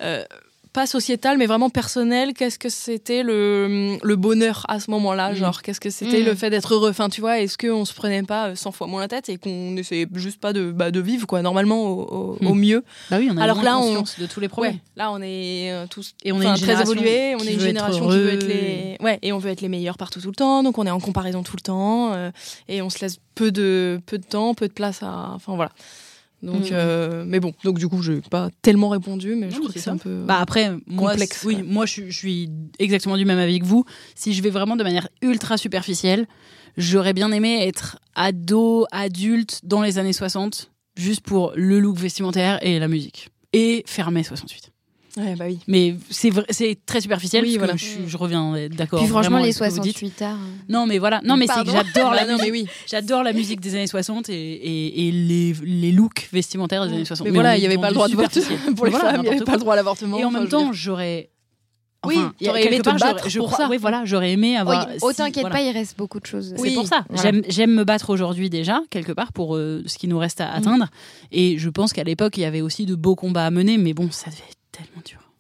pas sociétal, mais vraiment personnel. Qu'est-ce que c'était le bonheur à ce moment-là? Genre, qu'est-ce que c'était le fait d'être heureux? Enfin, tu vois, est-ce qu'on se prenait pas 100 fois moins la tête et qu'on essayait juste pas de vivre, quoi, normalement, au mieux? Bah oui, on a Alors moins là, conscience de tous les problèmes. Ouais, là, on est tous Et on est enfin, une très génération évolués. On qui est une veut être génération qui veut être heureux. les... Ouais, et on veut être les meilleurs partout tout le temps. Donc, on est en comparaison tout le temps. Et on se laisse peu de temps, peu de place à... Enfin, voilà. Donc, mais bon, donc du coup, je n'ai pas tellement répondu, mais je Non, crois c'est que c'est ça. un peu Bah après, moi, complexe. oui, moi je suis exactement du même avis que vous. Si je vais vraiment de manière ultra superficielle, j'aurais bien aimé être ado, adulte dans les années 60, juste pour le look vestimentaire et la musique. Et faire mai 68. Ouais, bah oui. Mais c'est très superficiel, Oui, parce voilà. que je reviens d'accord. Puis franchement vraiment les avec ce que vous dites. 68 arts. Non mais voilà, non mais c'est que Pardon. j'adore la Bah non, musique. mais oui. J'adore la musique des années 60 et les looks vestimentaires des années 60. Mais voilà, on il n'y est avait dans pas le du droit de vote superficiel. pour les Voilà, femmes, il n'y avait n'importe pas le quoi. droit à l'avortement. Et en enfin, même je veux temps, dire. j'aurais... Oui, quelque t'aurais aimé te part, battre je pour crois- ça. Oui, voilà, j'aurais aimé avoir... Oh, si- t'inquiète voilà. pas, il reste beaucoup de choses. C'est pour ça. Voilà. J'aime me battre aujourd'hui déjà, quelque part, pour ce qui nous reste à atteindre. Et je pense qu'à l'époque, il y avait aussi de beaux combats à mener, mais bon, ça devait être tellement dur.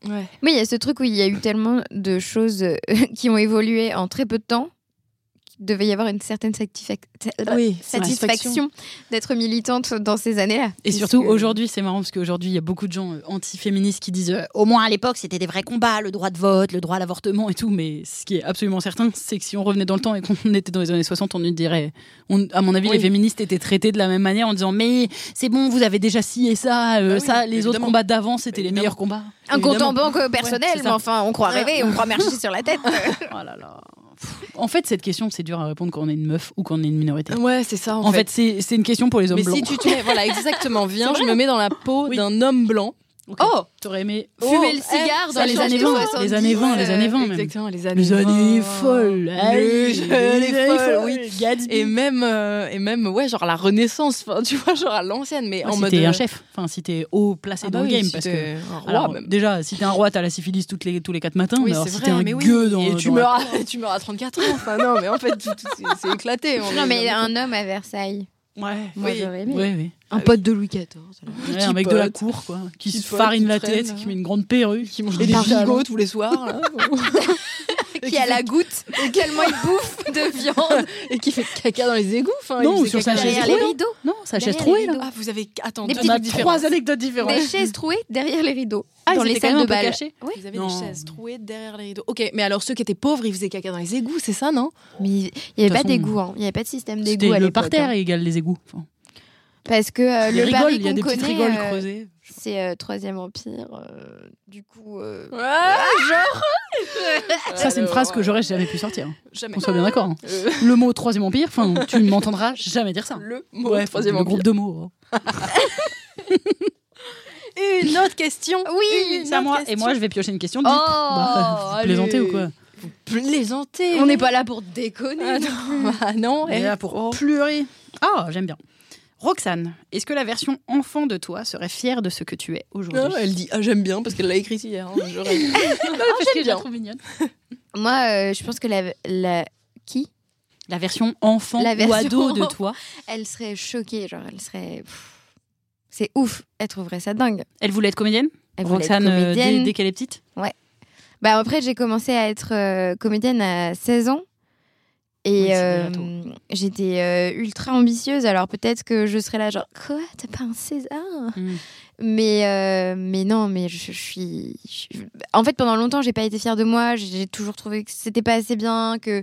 Ouais. Oui, il y a ce truc où il y a eu tellement de choses qui ont évolué en très peu de temps qu'il devait y avoir une certaine satisfaction d'être militante dans ces années-là. Et surtout, aujourd'hui, c'est marrant parce qu'aujourd'hui, il y a beaucoup de gens anti-féministes qui disent au moins à l'époque, c'était des vrais combats, le droit de vote, le droit à l'avortement et tout. Mais ce qui est absolument certain, c'est que si on revenait dans le temps et qu'on était dans les années 60, on nous dirait, à mon avis, les féministes étaient traités de la même manière en disant mais c'est bon, vous avez déjà ci et ça, les autres combats d'avant, c'était les meilleurs combats. Un compte en banque personnel, c'est mais enfin, on croit rêver, on croit marcher sur la tête. Oh là là. En fait, cette question, c'est dur à répondre quand on est une meuf ou quand on est une minorité. Ouais, c'est ça. En fait, c'est une question pour les hommes mais blancs. si tu te mets, voilà, exactement. Viens, je me mets dans la peau d'un homme blanc. Okay. Oh, t'aurais aimé fumer le cigare dans les années 20, les années 20 même. Exactement, les années folles. Les années folles, oui. Gatsby. Et même, ouais, genre la Renaissance, tu vois, genre à l'ancienne, mais en si mode. T'es un chef, si t'es haut placé dans le game, si parce que. Un roi, même. Déjà, si t'es un roi, t'as la syphilis tous les 4 matins. Oui, alors c'est si vrai, t'es un gueux dans. Et tu meurs à 34 ans. Enfin, non, mais en fait, c'est éclaté. Non, mais un homme à Versailles. Ouais, moi j'aurais aimé. Oui. Un pote de Louis XIV. Ouais, un mec de la cour, quoi, qui se farine la tête, qui met une grande perruque, qui mange des gigots tous les soirs. Qui a la goutte, tellement il bouffe de viande. Et qui fait caca dans les égouts. Non, sur sa chaise derrière les rideaux. Non, sa chaise trouée, là. Ah, vous avez. Attends, on a 3 anecdotes différentes. Des chaises trouées derrière les rideaux. Dans les salles de bal. Oui. Vous avez des chaises trouées derrière les rideaux. Ok, mais alors ceux qui étaient pauvres, ils faisaient caca dans les égouts, c'est ça, non? Mais il n'y avait pas d'égout, il n'y avait pas de système d'égout à le l'époque. parterre égale les égouts. Parce que le Paris il y a des petites rigoles creusées. C'est 3e Empire. Du coup. Genre. Ça, c'est une phrase que j'aurais jamais pu sortir. Jamais. Qu'on soit bien d'accord. Le mot 3e Empire, tu ne m'entendras jamais dire ça. Le mot 3e Empire. Le groupe de mots. Une autre question. Oui, c'est à moi. Et moi, je vais piocher une question. Vous plaisantez ou quoi? Vous plaisantez. On n'est pas là pour déconner. Non. On est là pour pleurer. Ah, j'aime bien. Roxane, est-ce que la version enfant de toi serait fière de ce que tu es aujourd'hui? Elle dit j'aime bien parce qu'elle l'a écrit hier. J'aurais dit. J'aime bien. Trop mignonne. Moi, je pense que qui? La version enfant ou ado de toi. Elle serait choquée, genre elle serait. C'est ouf, elle trouverait ça dingue. Elle voulait être comédienne? Roxane, dès qu'elle est petite? Ouais. Bah après, j'ai commencé à être comédienne à 16 ans. Et j'étais ultra ambitieuse, alors peut-être que je serais là genre quoi, t'as pas un César? Mais non, mais je suis en fait pendant longtemps j'ai pas été fière de moi, j'ai toujours trouvé que c'était pas assez bien, que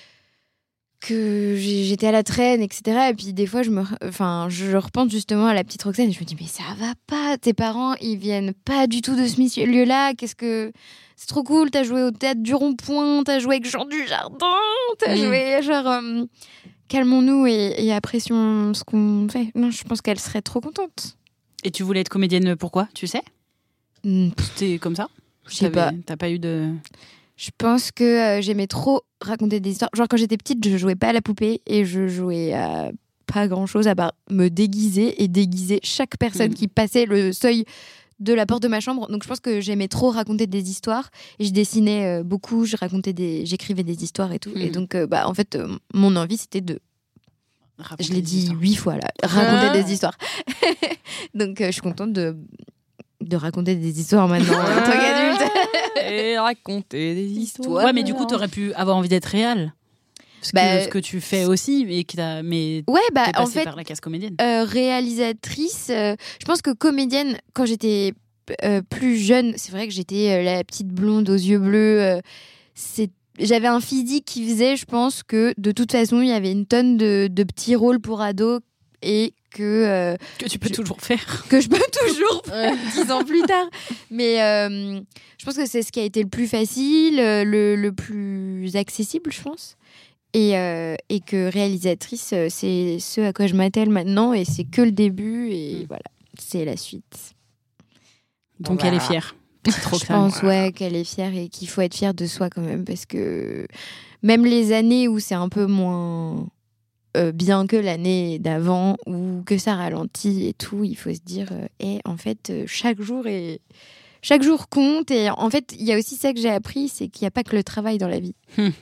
j'étais à la traîne, etc. Et puis des fois je repense justement à la petite Roxane et je me dis mais ça va pas, tes parents ils viennent pas du tout de ce milieu-là, c'est trop cool, t'as joué au théâtre du Rond-Point, t'as joué avec Jean Dujardin, t'as joué genre calmons-nous et apprécions ce qu'on fait. Non, je pense qu'elle serait trop contente. Et tu voulais être comédienne pourquoi, tu sais? C'était comme ça? Je sais pas. T'as pas eu de... Je pense que j'aimais trop raconter des histoires. Genre quand j'étais petite, je jouais pas à la poupée et je jouais à pas grand-chose à part me déguiser et déguiser chaque personne qui passait le seuil de la porte de ma chambre. Donc je pense que j'aimais trop raconter des histoires et je dessinais beaucoup, j'écrivais des histoires et tout. Et donc en fait mon envie c'était de raconter, je l'ai dit 8 fois là, raconter des histoires. Donc je suis contente de raconter des histoires maintenant en tant qu'adulte. Et raconter des histoires. Ouais, mais du coup t'aurais pu avoir envie d'être réelle. Ce que tu fais aussi, mais t'es passée en fait, par la case comédienne. Réalisatrice, je pense que comédienne, quand j'étais plus jeune, c'est vrai que j'étais la petite blonde aux yeux bleus. J'avais un physique qui faisait, je pense, que de toute façon, il y avait une tonne de petits rôles pour ados et que tu peux toujours faire. Que je peux toujours faire 10 ans plus tard. Mais je pense que c'est ce qui a été le plus facile, le plus accessible, je pense. Et que réalisatrice, c'est ce à quoi je m'attelle maintenant et c'est que le début et voilà, c'est la suite. Donc elle est fière. Je pense qu'elle est fière et qu'il faut être fier de soi quand même parce que même les années où c'est un peu moins bien que l'année d'avant ou que ça ralentit et tout, il faut se dire en fait chaque jour compte et en fait il y a aussi ça que j'ai appris, c'est qu'il n'y a pas que le travail dans la vie.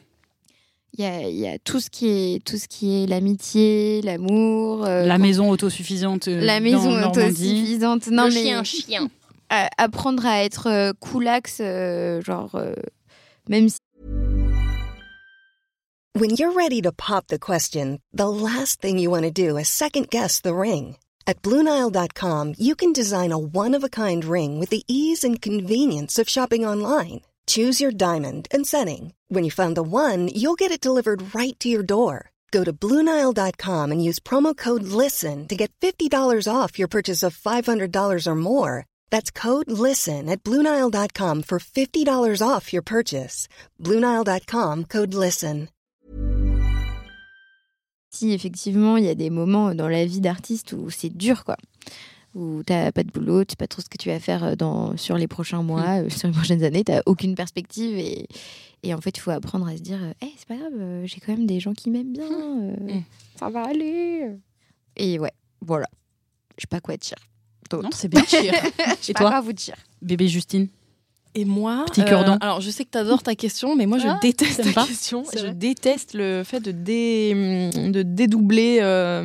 Il y a tout ce qui est l'amitié, l'amour, la maison autosuffisante. La maison autosuffisante. Non, le chien. apprendre à être coolax, même si When you're ready to pop the question, the last thing you want to do is second-guess the ring. At BlueNile.com, you can design a one-of-a-kind ring with the ease and convenience of shopping online. Choose your diamond and setting. When you find the one, you'll get it delivered right to your door. Go to BlueNile.com and use promo code LISTEN to get $50 off your purchase of $500 or more. That's code LISTEN at BlueNile.com for $50 off your purchase. BlueNile.com, code LISTEN. si effectivement il y a des moments dans la vie d'artiste où c'est dur, quoi, où t'as pas de boulot, tu sais pas trop ce que tu vas faire sur les prochains mois, sur les prochaines années, t'as aucune perspective et en fait il faut apprendre à se dire hey, c'est pas grave, j'ai quand même des gens qui m'aiment bien, ça va aller. Et ouais, voilà, je sais pas quoi dire. Non, c'est bien. Et toi, pas vous dire. Bébé Justine. Et moi, petit cure-dent. Alors je sais que t'adores ta question, mais moi je déteste ta question. Je déteste le fait de dédoubler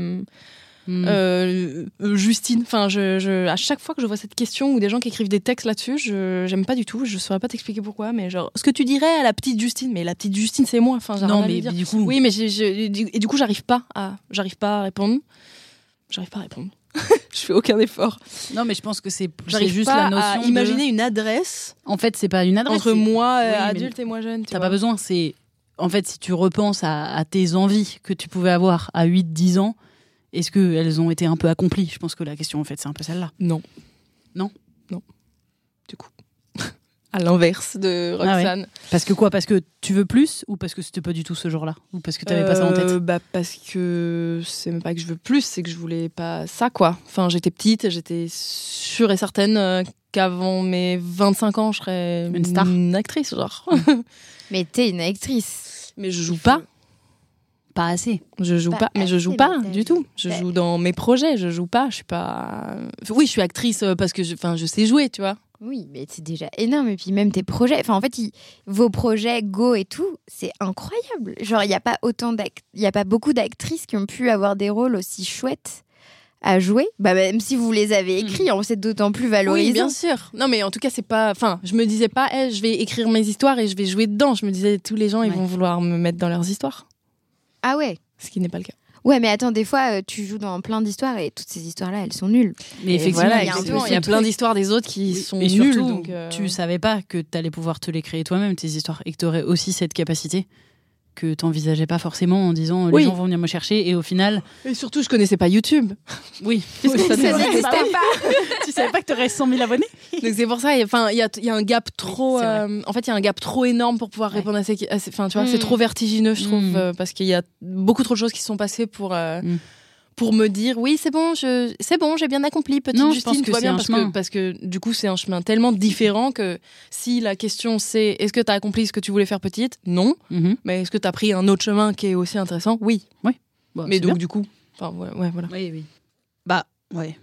Justine. Enfin, à chaque fois que je vois cette question ou des gens qui écrivent des textes là-dessus, j'aime pas du tout. Je saurais pas t'expliquer pourquoi, mais genre ce que tu dirais à la petite Justine, mais la petite Justine c'est moi. Enfin, non, mais du coup, oui, mais du coup j'arrive pas à répondre. Je fais aucun effort. Non, mais je pense que c'est juste la notion à imaginer une adresse. En fait, c'est pas une adresse entre moi adulte et moi jeune. T'as pas besoin. C'est en fait, si tu repenses à tes envies que tu pouvais avoir à 8-10 ans, est-ce qu'elles ont été un peu accomplies ? Je pense que la question, en fait, c'est un peu celle-là. Non. Du coup. À l'inverse de Roxane. Ah ouais. Parce que quoi ? Parce que tu veux plus ou parce que c'était pas du tout ce jour-là ? Ou parce que t'avais pas ça en tête ? Parce que c'est même pas que je veux plus, c'est que je voulais pas ça, quoi. Enfin, j'étais petite, j'étais sûre et certaine qu'avant mes 25 ans, je serais une star, une actrice, genre. Mais t'es une actrice. Mais je joue pas. Pas assez. Je joue pas, mais je joue pas du tout. Je joue dans mes projets, je joue pas. Je suis pas. Oui, je suis actrice parce que je sais jouer, tu vois. Oui, mais c'est déjà énorme. Et puis même tes projets, enfin en fait, vos projets Go et tout, c'est incroyable. Genre il y a pas beaucoup d'actrices qui ont pu avoir des rôles aussi chouettes à jouer. Bah même si vous les avez écrits, c'est d'autant plus valorisant. Oui, bien sûr. Non, mais en tout cas, c'est pas. Enfin, je me disais pas, je vais écrire mes histoires et je vais jouer dedans. Je me disais, tous les gens, ils vont vouloir me mettre dans leurs histoires. Ah ouais. Ce qui n'est pas le cas. Ouais, mais attends, des fois, tu joues dans plein d'histoires et toutes ces histoires-là, elles sont nulles. Mais effectivement, il y a plein d'histoires des autres qui sont et nulles. Surtout, donc, tu savais pas que t'allais pouvoir te les créer toi-même, tes histoires, et que t'aurais aussi cette capacité que t'envisageais pas forcément en disant les gens vont venir me chercher, et au final... Et surtout, je connaissais pas YouTube. Oui. Ça n'existait pas. Tu savais pas que t'aurais 100 000 abonnés. Donc c'est pour ça, il y a un gap trop... en fait, il y a un gap trop énorme pour pouvoir répondre à ces... Enfin, tu vois, c'est trop vertigineux, je trouve, parce qu'il y a beaucoup trop de choses qui se sont passées pour me dire oui, c'est bon, j'ai bien accompli, petite non, Justine, je pense que c'est un parce que du coup, c'est un chemin tellement différent que si la question c'est est-ce que tu as accompli ce que tu voulais faire petite ? Non. Mais est-ce que tu as pris un autre chemin qui est aussi intéressant ? Oui. Bah, mais donc, du coup, voilà. Oui. Bah, ouais.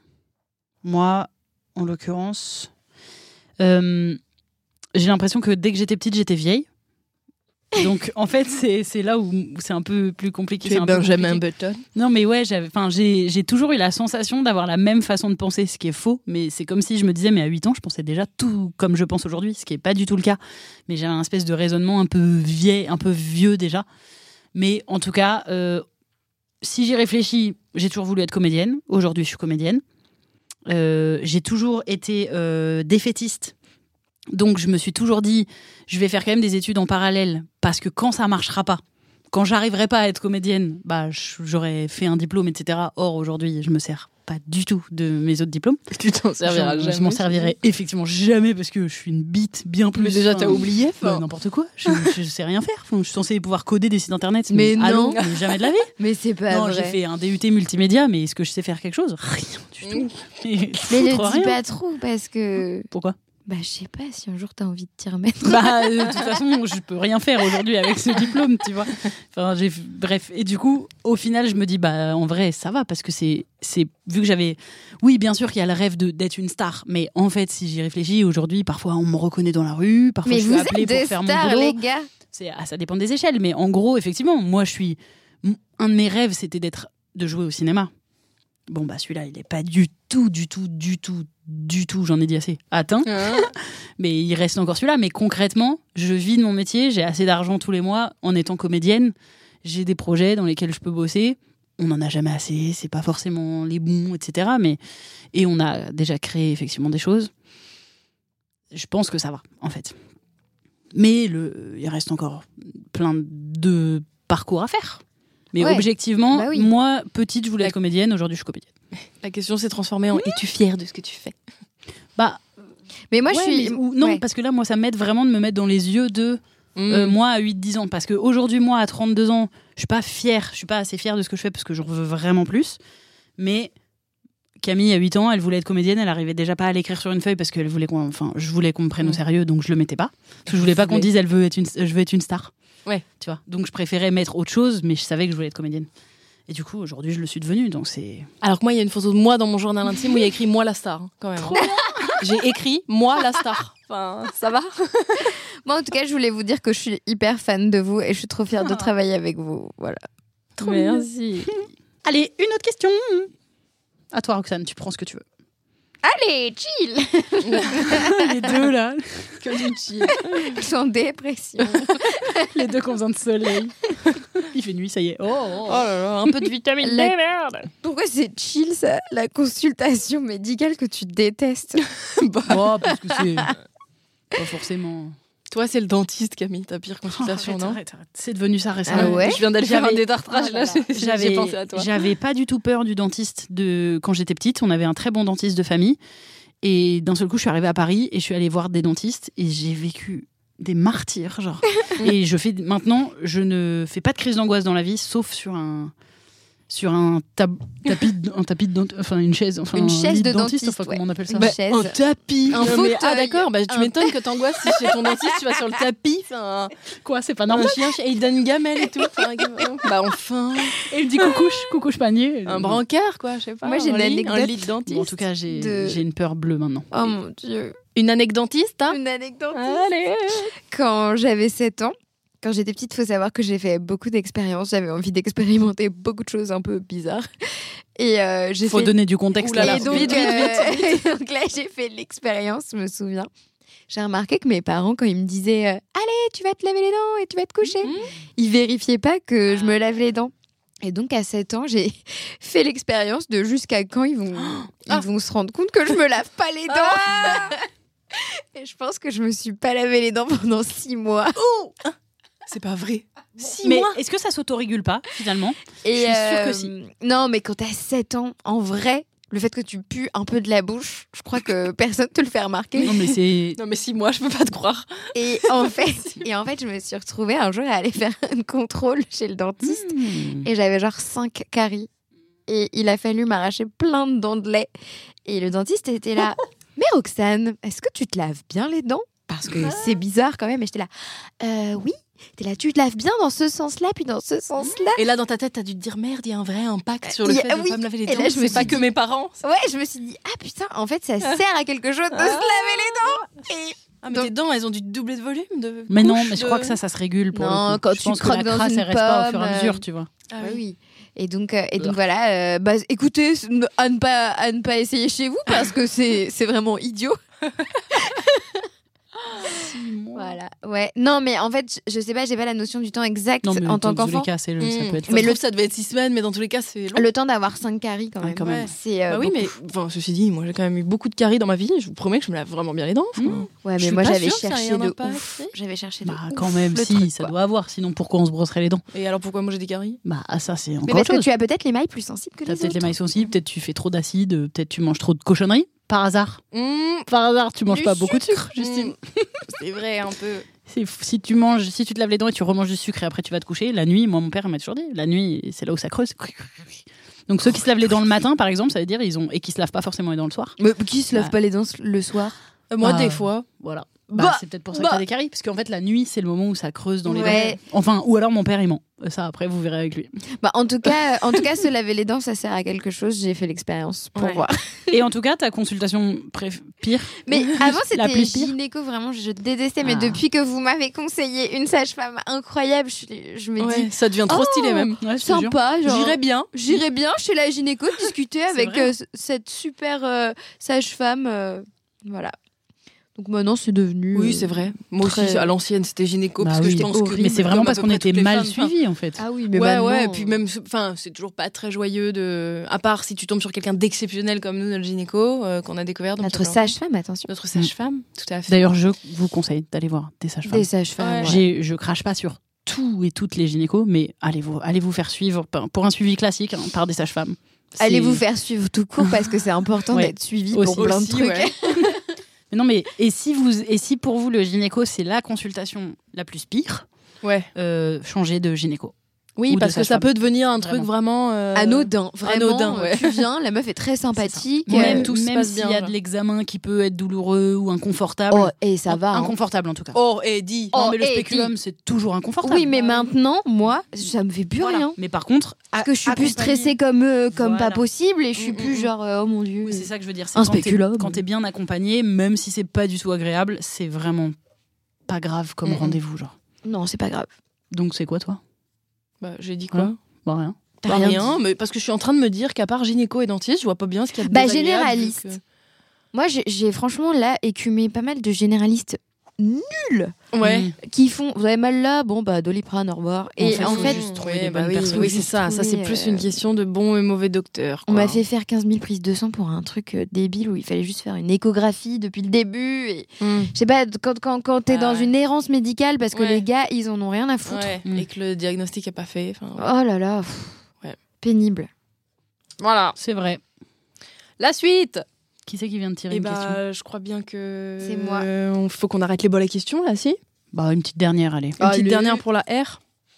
Moi, en l'occurrence, j'ai l'impression que dès que j'étais petite, j'étais vieille. Donc en fait c'est là où c'est un peu plus compliqué. Tu es Benjamin Button. Non mais ouais, j'ai toujours eu la sensation d'avoir la même façon de penser, ce qui est faux, mais c'est comme si je me disais mais à 8 ans je pensais déjà tout comme je pense aujourd'hui, ce qui est pas du tout le cas. Mais j'avais un espèce de raisonnement un peu vieux déjà. Mais en tout cas, si j'y réfléchis, j'ai toujours voulu être comédienne. Aujourd'hui je suis comédienne. J'ai toujours été défaitiste. Donc je me suis toujours dit, je vais faire quand même des études en parallèle, parce que quand ça marchera pas, quand j'arriverai pas à être comédienne, bah j'aurais fait un diplôme, etc. Or aujourd'hui, je me sers pas du tout de mes autres diplômes. Tu t'en serviras jamais. Je m'en servirai effectivement jamais parce que je suis une bite bien plus. Mais déjà t'as oublié. N'importe quoi. Je sais rien faire. Je suis censée pouvoir coder des sites internet. Mais non. Mais jamais de la vie. Mais c'est pas non, vrai. J'ai fait un DUT multimédia, mais est-ce que je sais faire quelque chose ? Rien du tout. Mais le dis pas trop parce que. Pourquoi ? Bah, je sais pas si un jour t'as envie de t'y remettre. Bah, de toute façon, je peux rien faire aujourd'hui avec ce diplôme, tu vois. Enfin, bref. Et du coup, au final, je me dis, bah, en vrai, ça va, parce que c'est vu que j'avais, oui, bien sûr qu'il y a le rêve d'être une star, mais en fait, si j'y réfléchis, aujourd'hui, parfois, on me reconnaît dans la rue, parfois, mais je suis appelée pour faire stars, mon boulot. Les gars. Ça dépend des échelles, mais en gros, effectivement, moi, un de mes rêves, c'était de jouer au cinéma. Bon, bah celui-là, il est pas du tout, j'en ai dit assez, atteint. Mais il reste encore celui-là. Mais concrètement, je vis de mon métier, j'ai assez d'argent tous les mois en étant comédienne. J'ai des projets dans lesquels je peux bosser. On n'en a jamais assez, c'est pas forcément les bons, etc. Et on a déjà créé effectivement des choses. Je pense que ça va, en fait. Mais il reste encore plein de parcours à faire. Mais objectivement, moi, petite, je voulais être comédienne. Aujourd'hui, je suis comédienne. La question s'est transformée en es-tu fière de ce que tu fais ? Bah, mais moi, je suis... Non, parce que là, moi, ça m'aide vraiment de me mettre dans les yeux de moi à 8-10 ans. Parce qu'aujourd'hui, moi, à 32 ans, je suis pas fière. Je suis pas assez fière de ce que je fais parce que j'en veux vraiment plus. Mais Camille, à 8 ans, elle voulait être comédienne. Elle arrivait déjà pas à l'écrire sur une feuille parce que je voulais qu'on me prenne au sérieux, donc je le mettais pas. Parce que je voulais pas qu'on dise je veux être une star. Ouais, tu vois. Donc je préférais mettre autre chose, mais je savais que je voulais être comédienne. Et du coup, aujourd'hui, je le suis devenue, donc c'est... Alors que moi, il y a une photo de moi dans mon journal intime où il y a écrit « Moi la star », quand même. J'ai écrit « Moi la star ». Enfin, ça va. Moi, en tout cas, je voulais vous dire que je suis hyper fan de vous et je suis trop fière de travailler avec vous. Voilà. Trop merci. Allez, une autre question. À toi, Roxane, tu prends ce que tu veux. Allez, chill. Les deux, là. Comme une chill. Je suis en dépression. Les deux qui ont besoin de soleil. Il fait nuit, ça y est. Oh là là, un peu de vitamine D, merde. Pourquoi c'est chill, ça, la consultation médicale que tu détestes? Parce que c'est... Pas forcément... Toi, c'est le dentiste, Camille, ta pire consultation, non ? Arrête. C'est devenu ça récemment. Ah ouais ? Je viens d'aller faire un détartrage, là, j'ai pensé à toi. J'avais pas du tout peur du dentiste quand j'étais petite. On avait un très bon dentiste de famille. Et d'un seul coup, je suis arrivée à Paris et je suis allée voir des dentistes et j'ai vécu des martyrs, genre. Et maintenant, je ne fais pas de crise d'angoisse dans la vie, sauf sur un tapis une chaise, une chaise de dentiste, enfin, comment on appelle ça, un tapis, un fauteuil. Ah d'accord, tu m'étonnes que t'angoisses si chez ton dentiste tu vas sur le tapis, quoi, c'est pas normal, un chien et il donne une gamelle et tout, enfin, et il me dit coucou panier, un brancard quoi, je sais pas. Moi j'ai une anecdote, un lit de dentiste. En tout cas j'ai une peur bleue maintenant. Oh mon Dieu. Une anecdote dentiste, hein ? Une anecdote. Allez. Quand j'avais 7 ans, quand j'étais petite, il faut savoir que j'ai fait beaucoup d'expériences. J'avais envie d'expérimenter beaucoup de choses un peu bizarres. Et faut donner du contexte. Et donc, vite. Donc là, j'ai fait l'expérience, je me souviens. J'ai remarqué que mes parents, quand ils me disaient allez, tu vas te laver les dents et tu vas te coucher, ils vérifiaient pas que je me lave les dents. Et donc, à 7 ans, j'ai fait l'expérience de jusqu'à quand ils vont se rendre compte que je me lave pas les dents. Et je pense que je me suis pas lavé les dents pendant 6 mois. C'est pas vrai. 6 mais mois. Est-ce que ça s'autorégule pas, finalement ? Je suis sûre que si. Non, mais quand t'as 7 ans, en vrai, le fait que tu pues un peu de la bouche, je crois que personne te le fait remarquer. Non, mais 6 mois, je peux pas te croire. Et en fait, je me suis retrouvée un jour à aller faire un contrôle chez le dentiste. Et j'avais genre 5 caries. Et il a fallu m'arracher plein de dents de lait. Et le dentiste était là. Mais Roxane, est-ce que tu te laves bien les dents ? Parce que c'est bizarre quand même. Et j'étais là, oui. T'es là, tu te laves bien dans ce sens-là, puis dans ce sens-là. Et là, dans ta tête, t'as dû te dire, merde, il y a un vrai impact sur le fait de ne pas me laver les dents. Et là, je me suis pas que mes parents. Ouais, je me suis dit, ah putain, en fait, ça sert à quelque chose de se laver les dents. Et... mais tes dents, elles ont dû doubler de volume. Mais non, mais je crois que ça se régule pour le coup. Quand tu croques dans une pomme, reste pas au fur et à mesure, tu vois. Oui. Et donc voilà, écoutez, à ne pas essayer chez vous parce que c'est vraiment idiot. Voilà, ouais. Non, mais en fait, je sais pas, j'ai pas la notion du temps exact en tant qu'enfant. Dans tous les cas, ça peut être. Mais ça devait être 6 semaines, mais dans tous les cas, c'est long. Le temps d'avoir 5 caries quand même. Ouais. C'est oui, mais ceci dit, moi j'ai quand même eu beaucoup de caries dans ma vie. Je vous promets que je me lave vraiment bien les dents. Ouais, mais moi j'avais cherché de ouf. J'avais cherché de ouf. Quand même, si, ça doit avoir. Sinon, pourquoi on se brosserait les dents ? Et alors pourquoi moi j'ai des caries ? Mais Ça, c'est encore parce autre chose. que tu as peut-être les mailles plus sensibles que les autres. T'as peut-être les mailles sensibles, peut-être tu fais trop d'acide, peut-être tu manges trop de cochonneries. Par hasard. Par hasard, tu manges pas beaucoup de sucre, Justine. C'est vrai, un peu. Si tu te laves les dents et tu remanges du sucre et après tu vas te coucher, la nuit, moi mon père m'a toujours dit, la nuit c'est là où ça creuse. Donc ceux qui se lavent les dents le matin par exemple, ça veut dire et qui se lavent pas forcément les dents le soir. Mais qui se lave pas les dents le soir ? Moi des fois. Voilà. c'est peut-être pour ça que t'as des caries, parce qu'en fait la nuit c'est le moment où ça creuse dans les Ouais. dents. Enfin, ou alors mon père il ment. Ça après vous verrez avec lui. En tout cas, se laver les dents, ça sert à quelque chose. J'ai fait l'expérience pour Ouais. voir. Et en tout cas ta consultation pire. Mais avant, La c'était plus pire. gynéco, vraiment, je détestais. Mais Ah. depuis que vous m'avez conseillé une sage-femme incroyable, je me Ouais, dis, ça devient trop stylé même. Ouais, je te jure. sympa. Genre, J'irais bien. chez la gynéco discuter avec vrai. cette super sage-femme. Voilà. Donc maintenant, c'est devenu. Oui, c'est vrai. Moi aussi, très- à l'ancienne, c'était gynéco Bah parce que oui. je pense Mais c'est vraiment comme à parce peu qu'on près était toutes les mal femmes. Enfin, suivis en fait. Ah oui, mais Ouais, maintenant, ouais, et puis même, enfin, c'est toujours pas très joyeux à part si tu tombes sur quelqu'un d'exceptionnel comme nous, notre gynéco, qu'on a découvert. donc notre ça fait sage-femme, attention. longtemps. Notre sage-femme, tout à fait. D'ailleurs, je vous conseille d'aller voir des sages-femmes. Des sages-femmes. Ouais. ouais. Je crache pas sur tout et toutes les gynécos, mais allez vous faire suivre pour un suivi classique par des sages-femmes. Allez C'est- vous faire suivre tout court parce que c'est important Ouais. d'être suivi Aussi. pour plein de Aussi, trucs. ouais. Mais non, mais et si pour vous le gynéco c'est la consultation la plus pire, Ouais. changez de gynéco. Oui, Ou parce de que ça sage-femme. peut devenir un truc vraiment. Anodin, vraiment. Anodin, ouais. Tu viens, la meuf est très sympathique. Ouais, Même, tout se même passe s'il bien, y a genre. de l'examen qui peut être douloureux ou inconfortable. Oh, et ça va. hein. Inconfortable en tout cas. Oh, et dit. Non, Oh, mais le et spéculum c'est toujours inconfortable. Oui, mais maintenant, moi, ça me fait plus Voilà. rien. Mais par contre, Parce que je suis plus accompagné- stressée comme Voilà. pas possible et je suis plus genre oh mon dieu. Oui, c'est ça que je veux dire. C'est Un quand t'es- spéculum. Quand t'es bien accompagné, même si c'est pas du tout agréable, c'est vraiment pas grave comme rendez-vous, genre. Non, c'est pas grave. Donc c'est quoi toi? Bah, j'ai dit quoi Hein Bah rien. T'as Bah, rien rien, dit. mais parce que je suis en train de me dire qu'à part gynéco et dentiste, je vois pas bien ce qu'il y a de Bah, désagréable, généraliste. vu que- Moi, j'ai franchement là écumé pas mal de généralistes nuls Ouais. qui font vous avez mal là, bon bah Doliprane, au revoir. Et en faut fait, juste trouver ouais, les bah bonnes oui, personnes. oui, Faut c'est juste ça. Ça, c'est trouver, plus une question de bons et mauvais docteurs. on quoi. m'a fait faire 15 000 prises de sang pour un truc débile où il fallait juste faire une échographie depuis le début. Et Mm. je sais pas, quand t'es Ah dans ouais. une errance médicale parce que Ouais. les gars, ils en ont rien à foutre. Ouais, Mm. et que le diagnostic est pas fait. enfin, ouais. Oh là là, Ouais. pénible. Voilà. C'est vrai. La suite. Qui c'est qui vient de tirer Et une question? bah, je crois bien que. C'est moi. Faut qu'on arrête les bols à questions là, si. Bah une petite dernière, allez. Une petite Allez. dernière pour la R.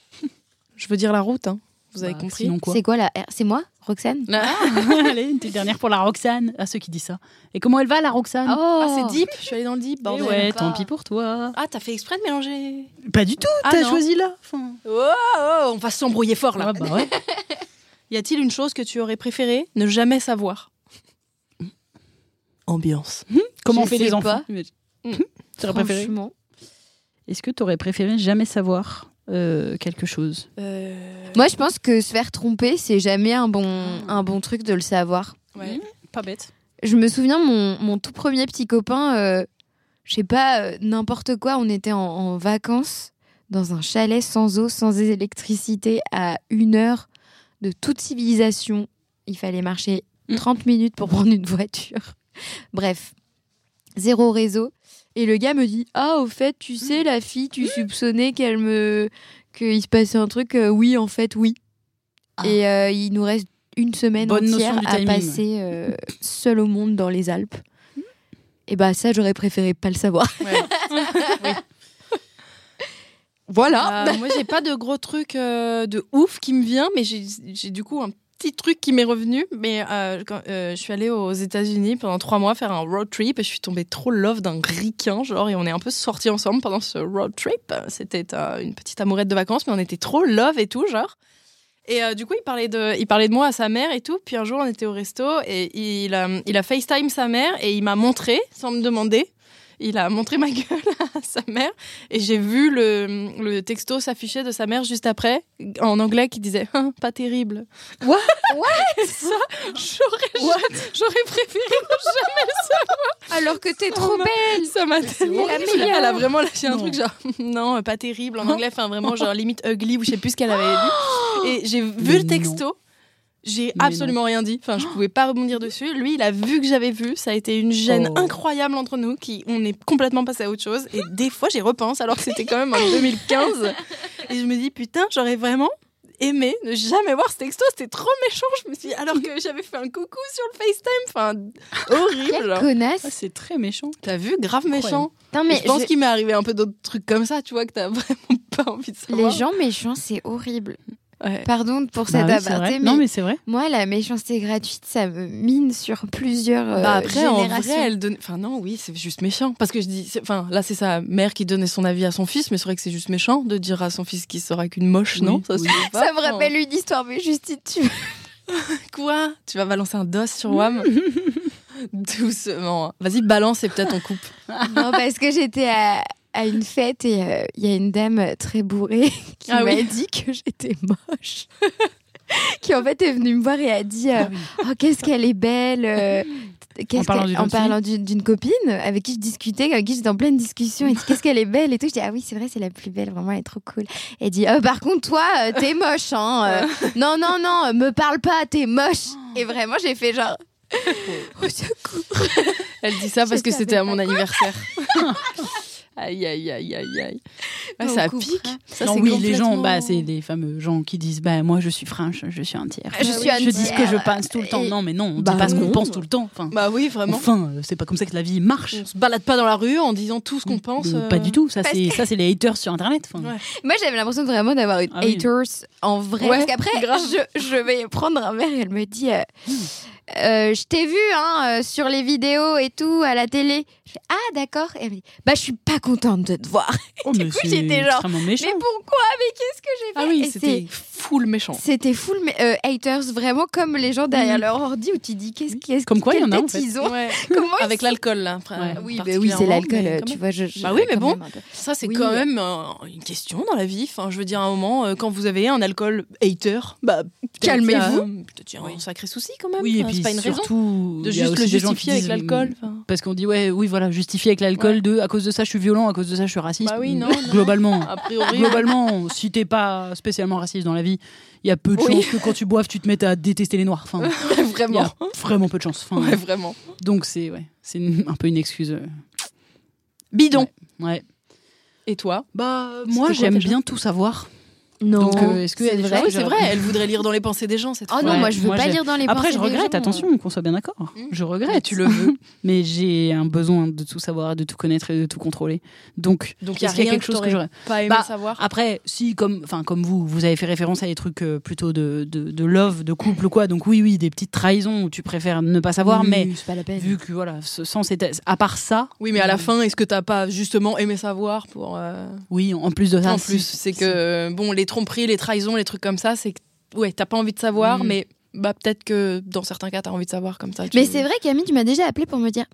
Je veux dire la route, hein. Vous avez Bah, compris. Sinon quoi? C'est quoi la R? C'est moi, Roxane? Allez, une petite dernière pour la Roxane. À ceux qui disent ça. Et comment elle va la Roxane? Oh, Ah, c'est deep. Je suis allée dans le deep. Eh Bordel. ouais, pas. tant pis pour toi. Ah, t'as fait exprès de mélanger. Pas du tout, Ah, t'as non. choisi là. Enfin... Oh, on va s'embrouiller fort là. Ah, bah ouais. Y a-t-il une chose que tu aurais préféré ne jamais savoir? Ambiance. Comment on Je fait sais les enfants? pas. T'aurais préféré? Franchement. Est-ce que t'aurais préféré jamais savoir quelque chose? Moi, je pense que se faire tromper, c'est jamais un bon truc de le savoir. Ouais. Pas bête. Je me souviens, mon tout premier petit copain, je sais pas, n'importe quoi, on était en vacances dans un chalet sans eau, sans électricité, à 1 heure de toute civilisation. Il fallait marcher 30 minutes pour prendre une voiture. Bref, 0 réseau. Et le gars me dit « Ah, au fait, tu sais, la fille, tu soupçonnais qu'il se passait un truc Oui, en fait, oui. Ah. Et il nous reste une semaine Bonne notion entière du à timing, passer seul au monde dans les Alpes. Et bah ça, j'aurais préféré pas le savoir. Voilà. Moi, j'ai pas de gros truc de ouf qui me vient, mais j'ai du coup un petit truc qui m'est revenu. Mais quand je suis allée aux États-Unis pendant 3 mois faire un road trip et je suis tombée trop love d'un ricain, genre, et on est un peu sortis ensemble pendant ce road trip. C'était une petite amourette de vacances, mais on était trop love et tout, genre. Et du coup, il parlait de moi à sa mère et tout. Puis un jour, on était au resto et il a FaceTime sa mère et il m'a montré, sans me demander. Il a montré ma gueule à sa mère et j'ai vu le texto s'afficher de sa mère juste après, en anglais, qui disait hein, « pas terrible ». What Ça, j'aurais préféré ne jamais le savoir. Alors que t'es trop belle. Ça m'a tellement... la meilleure. Elle a vraiment lâché un Non. truc genre « non, pas terrible » en anglais, enfin vraiment genre limite ugly ou je sais plus ce qu'elle avait dit. Et j'ai vu Mais le texto. J'ai Mais absolument rien dit. Enfin, je pouvais pas rebondir dessus. Lui, il a vu que j'avais vu. Ça a été une gêne Oh. incroyable entre nous. On est complètement passé à autre chose. Et des fois, j'y repense alors que c'était quand même en 2015. Et je me dis, putain, j'aurais vraiment aimé ne jamais voir ce texto. C'était trop méchant. Je me suis dit, alors que j'avais fait un coucou sur le FaceTime. Enfin, horrible. Quelle genre. connasse. Ah, c'est très méchant. T'as vu? Grave méchant. Non, Mais mais je pense qu'il m'est arrivé un peu d'autres trucs comme ça, tu vois, que t'as vraiment pas envie de savoir. les gens méchants, c'est horrible. Ouais. Pardon pour cet Bah oui, c'est aparté, vrai. mais, Non, mais c'est vrai. moi, la méchanceté gratuite, ça me mine sur plusieurs Après, en générations. vrai, elle donne. Enfin, non, oui, c'est juste méchant. Parce que je dis. Enfin, là, c'est sa mère qui donnait son avis à son fils, mais c'est vrai que c'est juste méchant de dire à son fils qu'il sera qu'une moche, Oui, non ça, se oui. fait pas. Ça me rappelle une histoire, mais Justine, tu Quoi ? Tu vas balancer un dos sur WAM Doucement. Vas-y, balance et peut-être on coupe. Non, parce que j'étais à une fête et il y a une dame très bourrée qui Ah m'a oui. dit que j'étais moche. Qui en fait est venue me voir et a dit oh, qu'est-ce qu'elle est belle en parlant d'une copine avec qui je discutais, avec qui j'étais en pleine discussion, et dit qu'est-ce qu'elle est belle et tout. Je dis ah oui c'est vrai, c'est la plus belle, vraiment elle est trop cool. Elle dit par contre toi t'es moche hein. Non me parle pas, t'es moche. Et vraiment j'ai fait genre au secours. Elle dit ça parce Je que savais c'était à pas mon quoi anniversaire. Aïe, aïe, aïe, aïe, aïe. Ouais, On ça coupera. pique. Ça, Non, c'est oui, les complètement- gens, c'est les fameux gens qui disent moi je suis French, je suis entière. Je suis Je dis ce que je entière. pense tout le temps. Et- Non, mais non, on Bah dit pas ce qu'on non. pense tout le temps. Bah oui, vraiment. C'est pas comme ça que la vie marche. On se balade pas dans la rue en disant tout ce qu'on pense. Pas du tout. Ça, Parce c'est les haters sur Internet. Enfin, Ouais. Moi, j'avais l'impression vraiment d'avoir une Ah oui. haters en vrai. Ouais, Parce qu'après, grave. je vais prendre un verre et elle me dit je t'ai vu sur les vidéos et tout à la télé. Je fais ah d'accord. Et elle me dit je suis pas contente de te voir. oh, Du mais coup, c'est j'étais genre, extrêmement méchant. Mais pourquoi? Mais qu'est-ce que j'ai fait? Ah oui, Et c'était full méchant. c'était full haters, vraiment comme les gens derrière leur ordi où tu dis qu'est-ce Comme quoi, il y en a, quelle en tête fait. ils ont. Ouais. Comment ils Avec sont- l'alcool, là. Ouais. Oui, c'est l'alcool, tu vois. Bah oui, mais quand bon, même un peu. Ça, c'est Oui. quand même une question dans la vie. Enfin, je veux dire, à un moment, quand vous avez un alcool hater, Calmez-vous. Peut-être qu'il y a un sacré souci quand même. Oui, et Enfin, puis c'est pas une raison surtout, de il y a juste le aussi des gens justifier qui avec disent, l'alcool. Enfin, Parce qu'on dit oui, voilà, justifier avec l'alcool Ouais. à cause de ça je suis violent, à cause de ça je suis raciste. Bah oui, non, Globalement, a priori. globalement, si t'es pas spécialement raciste dans la vie, il y a peu de Oui. chances que quand tu boives, tu te mettes à détester les noirs. Enfin, il y Vraiment. a vraiment peu de chances. Enfin, Ouais, vraiment. donc c'est un peu une excuse. Bidon. Ouais. Et toi Bah C'était moi quoi, j'aime déjà bien tout savoir. Non. Donc est-ce qu'il y a c'est des vrai. choses Oui, que c'est j'ai- vrai. Elle voudrait lire dans les pensées des gens cette Oh fois. non, Ouais, moi je veux moi, pas j'ai- lire dans les Après pensées je des regrette, gens. attention, qu'on soit bien d'accord. Je regrette. Tu le veux. Mais j'ai un besoin de tout savoir, de tout connaître et de tout contrôler. Donc Donc, il y a est-ce qu'il y rien a quelque chose que j'aurais pas aimé Bah, savoir. Après, si comme vous avez fait référence à des trucs plutôt de love, de couple ou quoi. Donc oui, des petites trahisons où tu préfères ne pas savoir, Oui, mais c'est pas la peine. vu que voilà, à part ça, Oui, mais à la fin, est-ce que t'as pas justement aimé savoir pour oui, en plus de ça, en si- plus, c'est que bon, les tromperies, les trahisons, les trucs comme ça, c'est que ouais, t'as pas envie de savoir, Mm. mais peut-être que dans certains cas, t'as envie de savoir comme ça. Mais c'est vrai, Camille, tu m'as déjà appelé pour me dire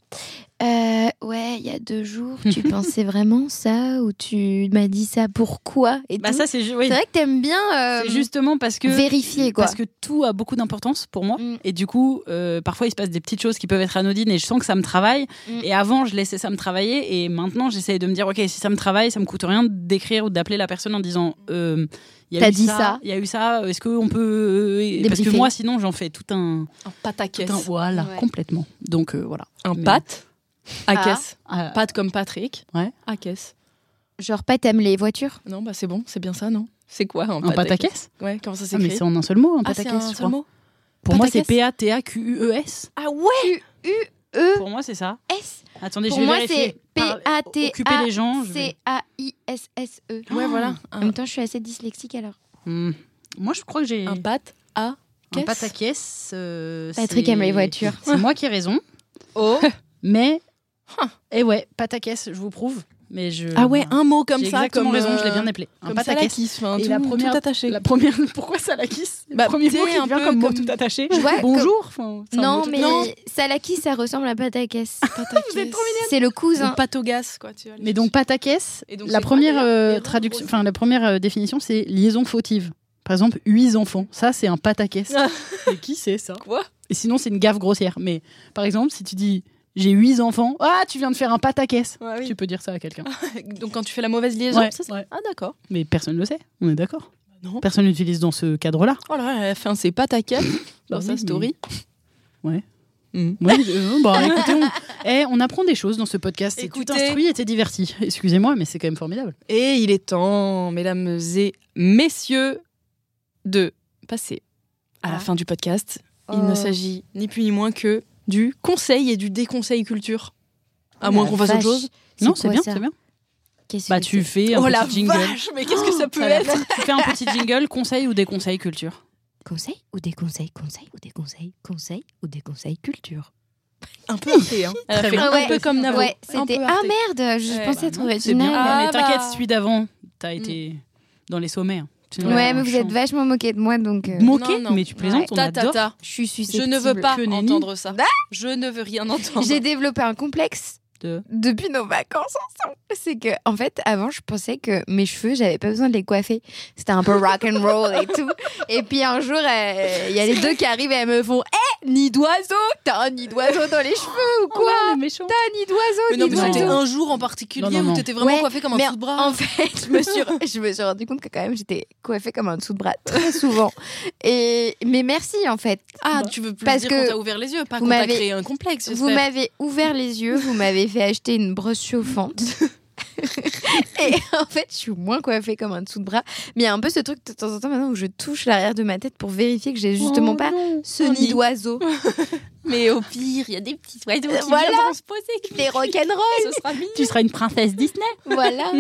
ouais, il y a 2 jours, tu pensais vraiment ça ou tu m'as dit ça, pourquoi et Bah tout. ça c'est C'est vrai que t'aimes bien c'est justement parce que vérifier, quoi. Parce que tout a beaucoup d'importance pour moi. Mm. Et du coup, parfois, il se passe des petites choses qui peuvent être anodines et je sens que ça me travaille. Mm. Et avant, je laissais ça me travailler. Et maintenant, j'essaye de me dire, OK, si ça me travaille, ça me coûte rien d'écrire ou d'appeler la personne en disant, il y a T'as eu dit ça. il y a eu ça, est-ce qu'on peut... Parce que Débriefer. moi, sinon, j'en fais tout un... un pâte à caisse. Voilà, Ouais. complètement. Donc, voilà. Un Mais- pâte à Ah. caisse. Ah, Pâte comme Patrick. Ouais. À caisse. Genre, pas t'aimes les voitures? Non, c'est bon, c'est bien ça, non? C'est quoi un un pâte à caisse. Ouais, comment ça Ah, mais s'écrit? c'est en un seul mot, un Ah, pâte à c'est caisse, un je seul crois. mot? Pour Pâte moi, à c'est caisse P-A-T-A-Q-U-E-S. Ah ouais. U-E-S. Pour moi, c'est ça. Attendez, Pour je vais moi, vérifier. c'est Occuper les gens. je vais- P-A-T-A-C-A-I-S-S-E. Ouais, voilà. En même temps, je suis assez dyslexique alors. Moi, je crois que j'ai Un pâte à un caisse. pâte à caisse. Patrick c'est- aime les voitures. C'est moi qui ai raison. Oh. Mais. Et ouais, pâte à caisse, je vous prouve. Mais je. Ah ouais, un mot comme J'ai ça, exactement comme raison, je l'ai bien appelé. Un comme pâte ça à la caisse. kiss, enfin, Et tout, la première- tout attaché. La première. Pourquoi ça la kiss Bah, Le premier tu mot sais, qui un vient peu comme mot comme- tout attaché. Ouais, Bonjour. Enfin, c'est un Non, mot tout mais attaché. Salaki, ça ressemble à pâte à caisse. Pâte à caisse. C'est le cousin. Ou pâte au gaz, quoi. Tu vois, Mais donc pâte à caisse. Et donc, La c'est quoi, première d'ailleurs, l'erreur traduction, aussi enfin la première définition, c'est liaison fautive. Par exemple, 8 enfants. Ça, c'est un pâte à caisse. Et qui c'est ça? Quoi? Et sinon, c'est une gaffe grossière. Mais par exemple, si tu dis j'ai 8 enfants, ah, tu viens de faire un pâte à caisse. Ouais, oui. Tu peux dire ça à quelqu'un. Donc quand tu fais la mauvaise liaison, Ouais, ça, c'est- ouais. Ah d'accord. Mais personne ne le sait. On est d'accord. Non. Personne n'utilise dans ce cadre-là. Oh là, elle a fait un c'est pâte à caisse dans Bah sa oui, story. Ouais. Mm. Ouais, bah, écoutez, on apprend des choses dans ce podcast. Et tu Écoutez. t'instruis et t'es diverti. Excusez-moi, mais c'est quand même formidable. Et il est temps, mesdames et messieurs, de passer à la Ah. fin du podcast. Oh. Il ne s'agit ni plus ni moins que du conseil et du déconseil culture. À Oh moins la qu'on fasse autre vache. chose. Non, C'est c'est quoi, bien, ça c'est bien. Qu'est-ce Bah que tu c'est fais un la petit jingle. vache, mais qu'est-ce que ça peut Ça va. être? Tu fais un petit jingle, conseil ou déconseil culture. Conseil ou déconseil, conseil ou déconseil, conseil ou déconseil culture. Un peu arté, hein. Elle a Très fait bien. un peu comme Navo. Ouais, Un c'était peu ah arté. merde, je Ouais, pensais bah être non, c'est original. bien. Ah, Mais t'inquiète, bah. celui d'avant, t'as été dans les sommets. Hein. Sinon, Ouais, mais un vous champ. êtes vachement moqué de moi, donc Moqué, Non, non. mais tu plaisantes, on adore. je suis Je susceptible. ne veux pas Que nenni. entendre ça. Je ne veux rien entendre. J'ai développé un complexe De... depuis nos vacances ensemble. C'est que, en fait, avant, je pensais que mes cheveux, j'avais pas besoin de les coiffer. C'était un peu rock and roll et tout. Et puis un jour, il y a les deux qui arrivent et elles me font nid d'oiseau. T'as un nid d'oiseau dans les cheveux ou quoi? le méchant. T'as un nid d'oiseau, Mais non, nid mais c'était d'oiseau. un jour en particulier Non, non, où non. t'étais vraiment Ouais, coiffée comme un mais dessous de bras. En fait, je me suis rendu compte que quand même, j'étais coiffée comme un dessous de bras très souvent. Mais merci, en fait. Ah, tu veux plus Parce dire que qu'on t'a ouvert les yeux, pas vous qu'on t'a m'avez- créé un complexe, Vous j'espère. m'avez ouvert les yeux, vous m'avez fait acheter une brosse chauffante. Et en fait, je suis moins coiffée comme un dessous de bras. Mais il y a un peu ce truc de temps en temps maintenant où je touche l'arrière de ma tête pour vérifier que j'ai justement pas ce nid d'oiseau. Mais au pire, il y a des petits oiseaux qui Voilà. viendront se poser. Des rock'n'roll. Ce sera mignon. Tu seras une princesse Disney. Voilà.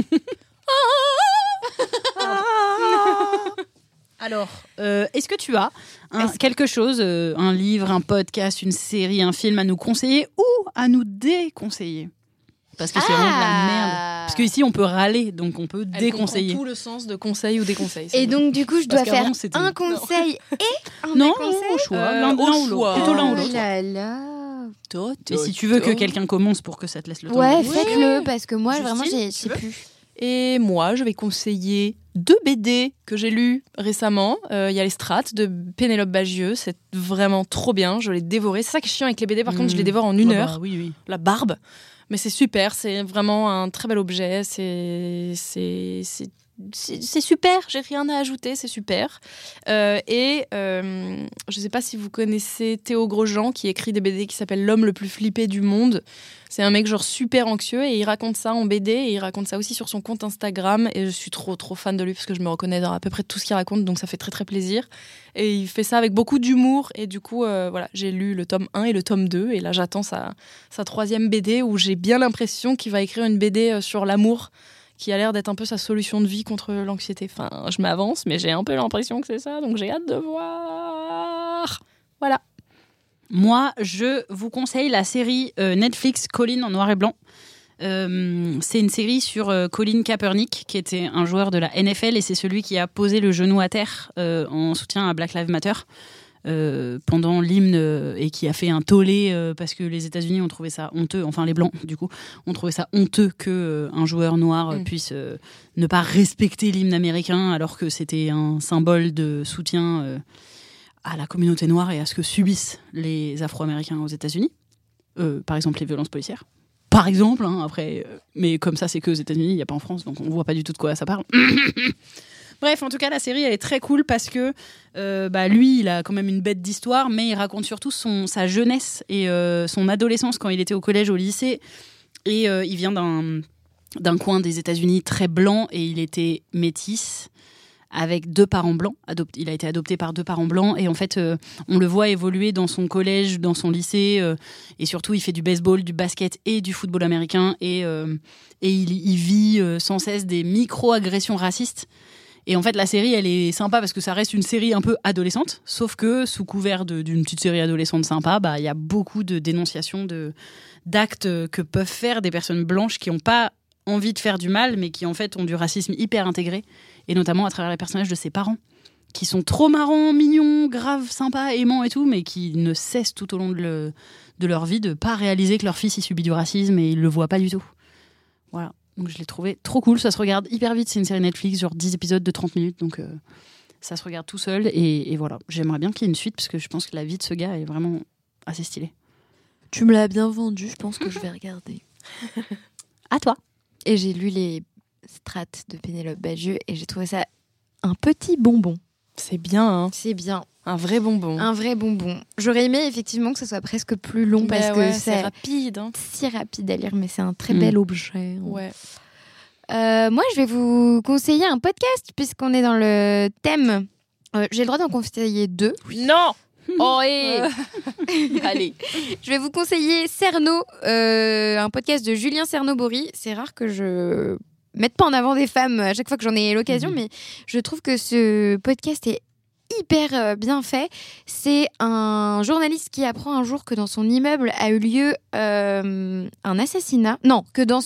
Alors, est-ce que tu as quelque chose, un livre, un podcast, une série, un film à nous conseiller ou à nous déconseiller? Parce que c'est vraiment de la merde. Parce qu'ici, on peut râler, donc on peut Elle déconseiller. comprend tout le sens de conseil ou déconseil. Et donc, du coup, je dois Parce qu'avant, faire c'était- un conseil et un Non, déconseil. au choix. Au L'un ou choix. l'autre. Plutôt l'un ou Oh l'autre. là là. Et si tu veux que quelqu'un commence pour que ça te laisse le temps. Ouais, de- faites-le, parce que moi, Justine, vraiment, je tu sais veux plus. Et moi, je vais conseiller 2 BD que j'ai lus récemment. Il y a Les Strates de Pénélope Bagieux. C'est vraiment trop bien. Je l'ai dévoré. C'est ça qui est chiant avec les BD. Par contre, je les dévore en 1 Ah bah, heure. oui, oui. La barbe. Mais c'est super. C'est vraiment un très bel objet. C'est super. J'ai rien à ajouter. C'est super. Je sais pas si vous connaissez Théo Grosjean qui écrit des BD qui s'appellent L'homme le plus flippé du monde. C'est un mec genre super anxieux et il raconte ça en BD et il raconte ça aussi sur son compte Instagram et je suis trop fan de lui parce que je me reconnais dans à peu près tout ce qu'il raconte donc ça fait très très plaisir et il fait ça avec beaucoup d'humour et du coup voilà, j'ai lu le tome 1 et le tome 2 et là j'attends sa 3e BD où j'ai bien l'impression qu'il va écrire une BD sur l'amour qui a l'air d'être un peu sa solution de vie contre l'anxiété. Enfin, je m'avance mais j'ai un peu l'impression que c'est ça donc j'ai hâte de voir. Voilà. Moi, je vous conseille la série Netflix Colin en noir et blanc. C'est une série sur Colin Kaepernick, qui était un joueur de la NFL, et c'est celui qui a posé le genou à terre en soutien à Black Lives Matter pendant l'hymne et qui a fait un tollé parce que les États-Unis ont trouvé ça honteux, enfin les Blancs du coup, ont trouvé ça honteux que un joueur noir puisse ne pas respecter l'hymne américain alors que c'était un symbole de soutien à la communauté noire et à ce que subissent les Afro-Américains aux États-Unis. Par exemple, les violences policières. Par exemple, hein, après, mais comme ça, c'est que aux États-Unis, il n'y a pas en France, donc on voit pas du tout de quoi ça parle. Bref, en tout cas, la série, elle est très cool parce que lui, il a quand même une bête d'histoire, mais il raconte surtout sa jeunesse et son adolescence quand il était au collège, au lycée. Et il vient d'un coin des États-Unis très blanc et il était métis, avec 2 parents blancs. Il a été adopté par 2 parents blancs et en fait, on le voit évoluer dans son collège, dans son lycée et surtout, il fait du baseball, du basket et du football américain et il vit sans cesse des micro-agressions racistes. Et en fait, la série, elle est sympa parce que ça reste une série un peu adolescente, sauf que sous couvert d'une petite série adolescente sympa, il y a beaucoup de dénonciations d'actes que peuvent faire des personnes blanches qui n'ont pas envie de faire du mal, mais qui en fait ont du racisme hyper intégré, et notamment à travers les personnages de ses parents, qui sont trop marrants, mignons, graves, sympas, aimants et tout, mais qui ne cessent tout au long de leur vie de pas réaliser que leur fils il subit du racisme et ils le voient pas du tout. Voilà, donc je l'ai trouvé trop cool, ça se regarde hyper vite, c'est une série Netflix, genre 10 épisodes de 30 minutes, donc ça se regarde tout seul, et voilà, j'aimerais bien qu'il y ait une suite, parce que je pense que la vie de ce gars est vraiment assez stylée. Tu me l'as bien vendu, je pense que je vais regarder. À toi. Et j'ai lu les Strates de Pénélope Bagieux et j'ai trouvé ça un petit bonbon. C'est bien, hein. C'est bien. Un vrai bonbon. Un vrai bonbon. J'aurais aimé effectivement que ce soit presque plus long parce Bah que ouais, c'est rapide. Hein. si rapide à lire, mais c'est un très bel objet. Ouais. Moi, je vais vous conseiller un podcast puisqu'on est dans le thème. J'ai le droit d'en conseiller 2. Non. Oh, allez. Je vais vous conseiller Cerno, un podcast de Julien Cerno-Bory. C'est rare que je mettre pas en avant des femmes à chaque fois que j'en ai l'occasion, mais je trouve que ce podcast est hyper bien fait. C'est un journaliste qui apprend un jour que dans son immeuble a eu lieu un assassinat. Non,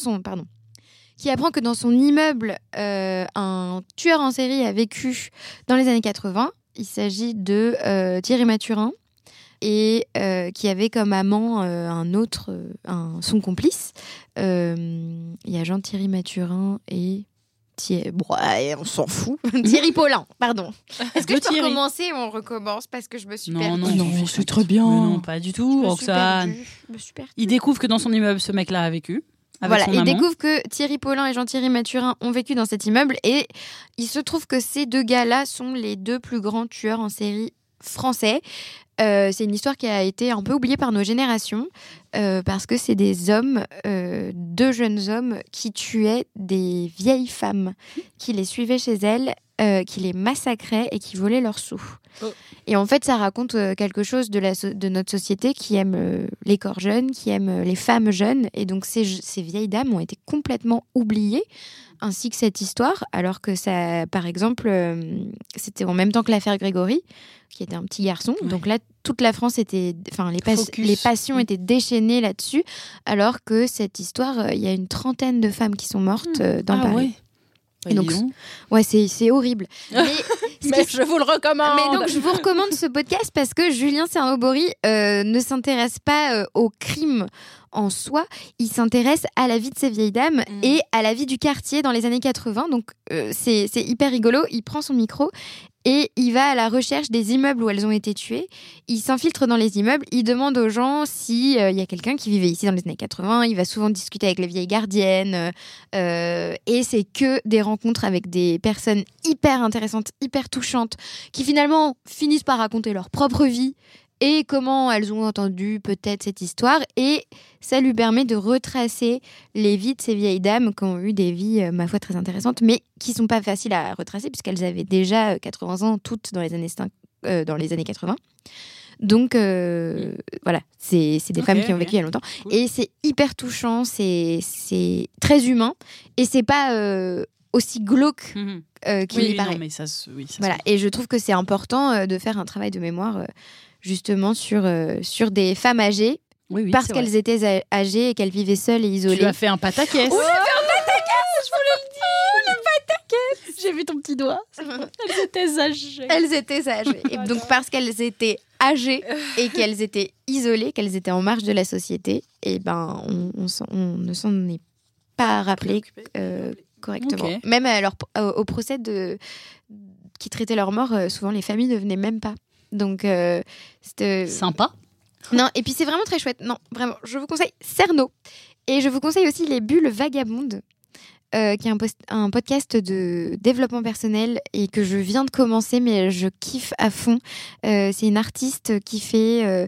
qui apprend que dans son immeuble, un tueur en série a vécu dans les années 80. Il s'agit de Thierry Mathurin et qui avait comme amant son complice. Il y a Jean-Thierry Mathurin et... on s'en fout. Thierry Paulin, pardon. Est-ce que je peux recommencer ou on recommence parce que je me suis perdue? Non, c'est très bien. Non, pas du tout, Roxane. Il découvre que dans son immeuble, ce mec-là a vécu. Voilà, il découvre que Thierry Paulin et Jean-Thierry Mathurin ont vécu dans cet immeuble et il se trouve que ces deux gars-là sont les deux plus grands tueurs en série français. C'est une histoire qui a été un peu oubliée par nos générations parce que c'est des hommes, deux jeunes hommes qui tuaient des vieilles femmes, qui les suivaient chez elles, qui les massacraient et qui volaient leurs sous. Oh. Et en fait, ça raconte quelque chose de notre société qui aime les corps jeunes, qui aime les femmes jeunes. Et donc, ces vieilles dames ont été complètement oubliées, ainsi que cette histoire, alors que ça, par exemple, c'était en même temps que l'affaire Grégory, qui était un petit garçon. Ouais. Donc là, toute la France était... Enfin, les passions étaient déchaînées là-dessus, alors que cette histoire, il y a une trentaine de femmes qui sont mortes dans Paris. Ouais. Et donc, c'est horrible. Mais je vous le recommande. Mais donc, je vous recommande ce podcast parce que Julien Cernobori ne s'intéresse pas au crime en soi, il s'intéresse à la vie de ces vieilles dames et à la vie du quartier dans les années 80. Donc, c'est hyper rigolo. Il prend son micro et il va à la recherche des immeubles où elles ont été tuées. Il s'infiltre dans les immeubles. Il demande aux gens s'il y a quelqu'un qui vivait ici dans les années 80. Il va souvent discuter avec les vieilles gardiennes. Et c'est que des rencontres avec des personnes hyper intéressantes, hyper touchantes, qui finalement finissent par raconter leur propre vie et comment elles ont entendu peut-être cette histoire. Et ça lui permet de retracer les vies de ces vieilles dames qui ont eu des vies, ma foi, très intéressantes, mais qui ne sont pas faciles à retracer puisqu'elles avaient déjà 80 ans, toutes dans les années 80. Donc, voilà, c'est des femmes qui ont vécu il y a longtemps. Cool. Et c'est hyper touchant, c'est très humain. Et c'est pas aussi glauque qu'il y paraît. Non, mais ça voilà. Et je trouve que c'est important de faire un travail de mémoire justement sur des femmes âgées, parce qu'elles étaient âgées et qu'elles vivaient seules et isolées. Tu as fait un pataquès. Oui, j'ai fait un pataquès, je voulais le dire, le pataquès. J'ai vu ton petit doigt. Elles étaient âgées. Elles étaient âgées. Et donc, parce qu'elles étaient âgées et qu'elles étaient isolées, qu'elles étaient en marge de la société, et ben, on ne s'en est pas rappelé correctement. Okay. Même au procès qui traitait leur mort, souvent les familles ne venaient même pas. Donc, c'était... Sympa. Non, et puis c'est vraiment très chouette. Non, vraiment, je vous conseille Cerno. Et je vous conseille aussi Les Bulles Vagabondes, qui est un podcast de développement personnel et que je viens de commencer, mais je kiffe à fond. C'est une artiste qui fait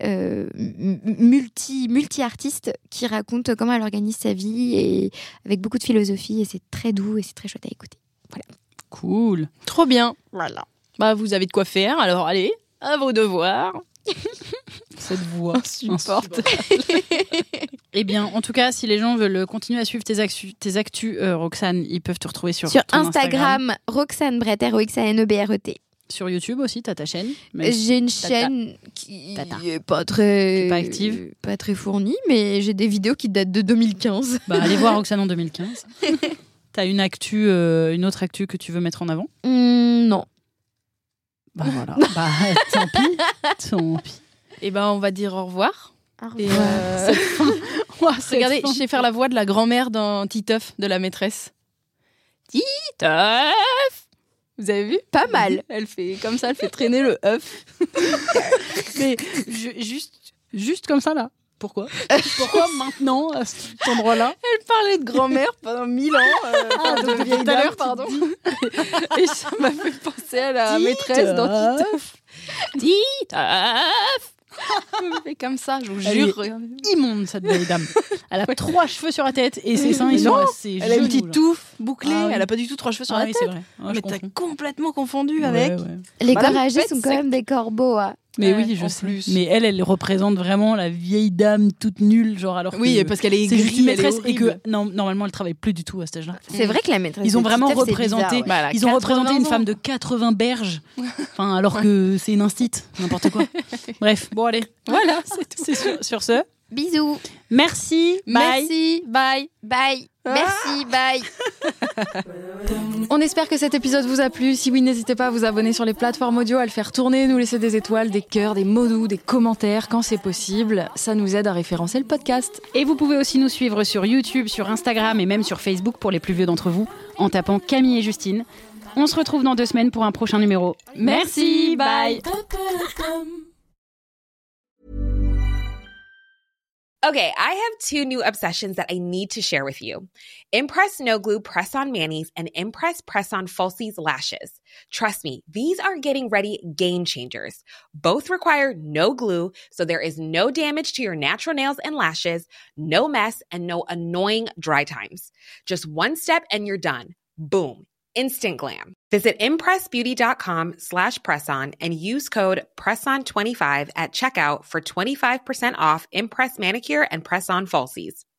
multi-artiste, qui raconte comment elle organise sa vie et avec beaucoup de philosophie. Et c'est très doux et c'est très chouette à écouter. Voilà. Cool. Trop bien. Voilà. Bah, vous avez de quoi faire, alors allez, à vos devoirs. Cette voix insupportable. Eh bien, en tout cas, si les gens veulent continuer à suivre tes actus, Roxane, ils peuvent te retrouver sur Instagram. Roxane Bret, ROXANEBRET. Sur YouTube aussi, t'as ta chaîne. J'ai une chaîne qui est pas très active, pas très fournie, mais j'ai des vidéos qui datent de 2015. Bah, allez voir Roxane en 2015. T'as une autre actu que tu veux mettre en avant? Non. Bah voilà, bah tant pis. Et ben on va dire au revoir. Au revoir. Regardez, je sais faire la voix de la grand-mère dans Titeuf de la maîtresse. Titeuf. Vous avez vu? Pas mal. Elle fait comme ça, elle fait traîner le œuf. Mais juste comme ça là. Pourquoi maintenant à cet endroit-là? Elle parlait de grand-mère pendant 1000 ans. De vieille dame, pardon. Et ça m'a fait penser à la maîtresse dans Titeuf. Titeuf. Elle me fait comme ça, je vous jure. Elle est immonde cette vieille dame. Elle a 3 cheveux sur la tête et ses seins ils sont assez. Elle a une petite touffe bouclée. Elle a pas du tout 3 cheveux sur la tête. C'est vrai. Mais t'as complètement confondu avec. Les corps âgés sont quand même des corbeaux. Mais oui, je en sais. plus. Mais elle représente vraiment la vieille dame toute nulle, genre alors Oui, que parce qu'elle est c'est juste une aigrie, elle est maîtresse et que horrible. non, normalement elle travaille plus du tout à cet âge-là. C'est vrai que la maîtresse Ils ont de vraiment Titeuf, c'est représenté, bizarre, ouais. Bah, elle a ils ont représenté 80 une ans. femme de 80 berges, enfin alors que c'est une instite, n'importe quoi. Bref, bon allez, voilà, c'est tout. C'est sur ce. Bisous. Merci, bye. Merci, bye. Bye. Merci, bye. On espère que cet épisode vous a plu. Si oui, n'hésitez pas à vous abonner sur les plateformes audio, à le faire tourner, nous laisser des étoiles, des cœurs, des mots doux, des commentaires quand c'est possible. Ça nous aide à référencer le podcast. Et vous pouvez aussi nous suivre sur YouTube, sur Instagram et même sur Facebook pour les plus vieux d'entre vous, en tapant Camille et Justine. On se retrouve dans 2 semaines pour un prochain numéro. Merci, bye. Okay, I have 2 new obsessions that I need to share with you. Impress No Glue Press-On Manis and Impress Press-On Falsies Lashes. Trust me, these are getting ready game changers. Both require no glue, so there is no damage to your natural nails and lashes, no mess, and no annoying dry times. Just one step and you're done. Boom. Instant glam. Visit impressbeauty.com/presson and use code PRESSON25 at checkout for 25% off Impress Manicure and Press-On Falsies.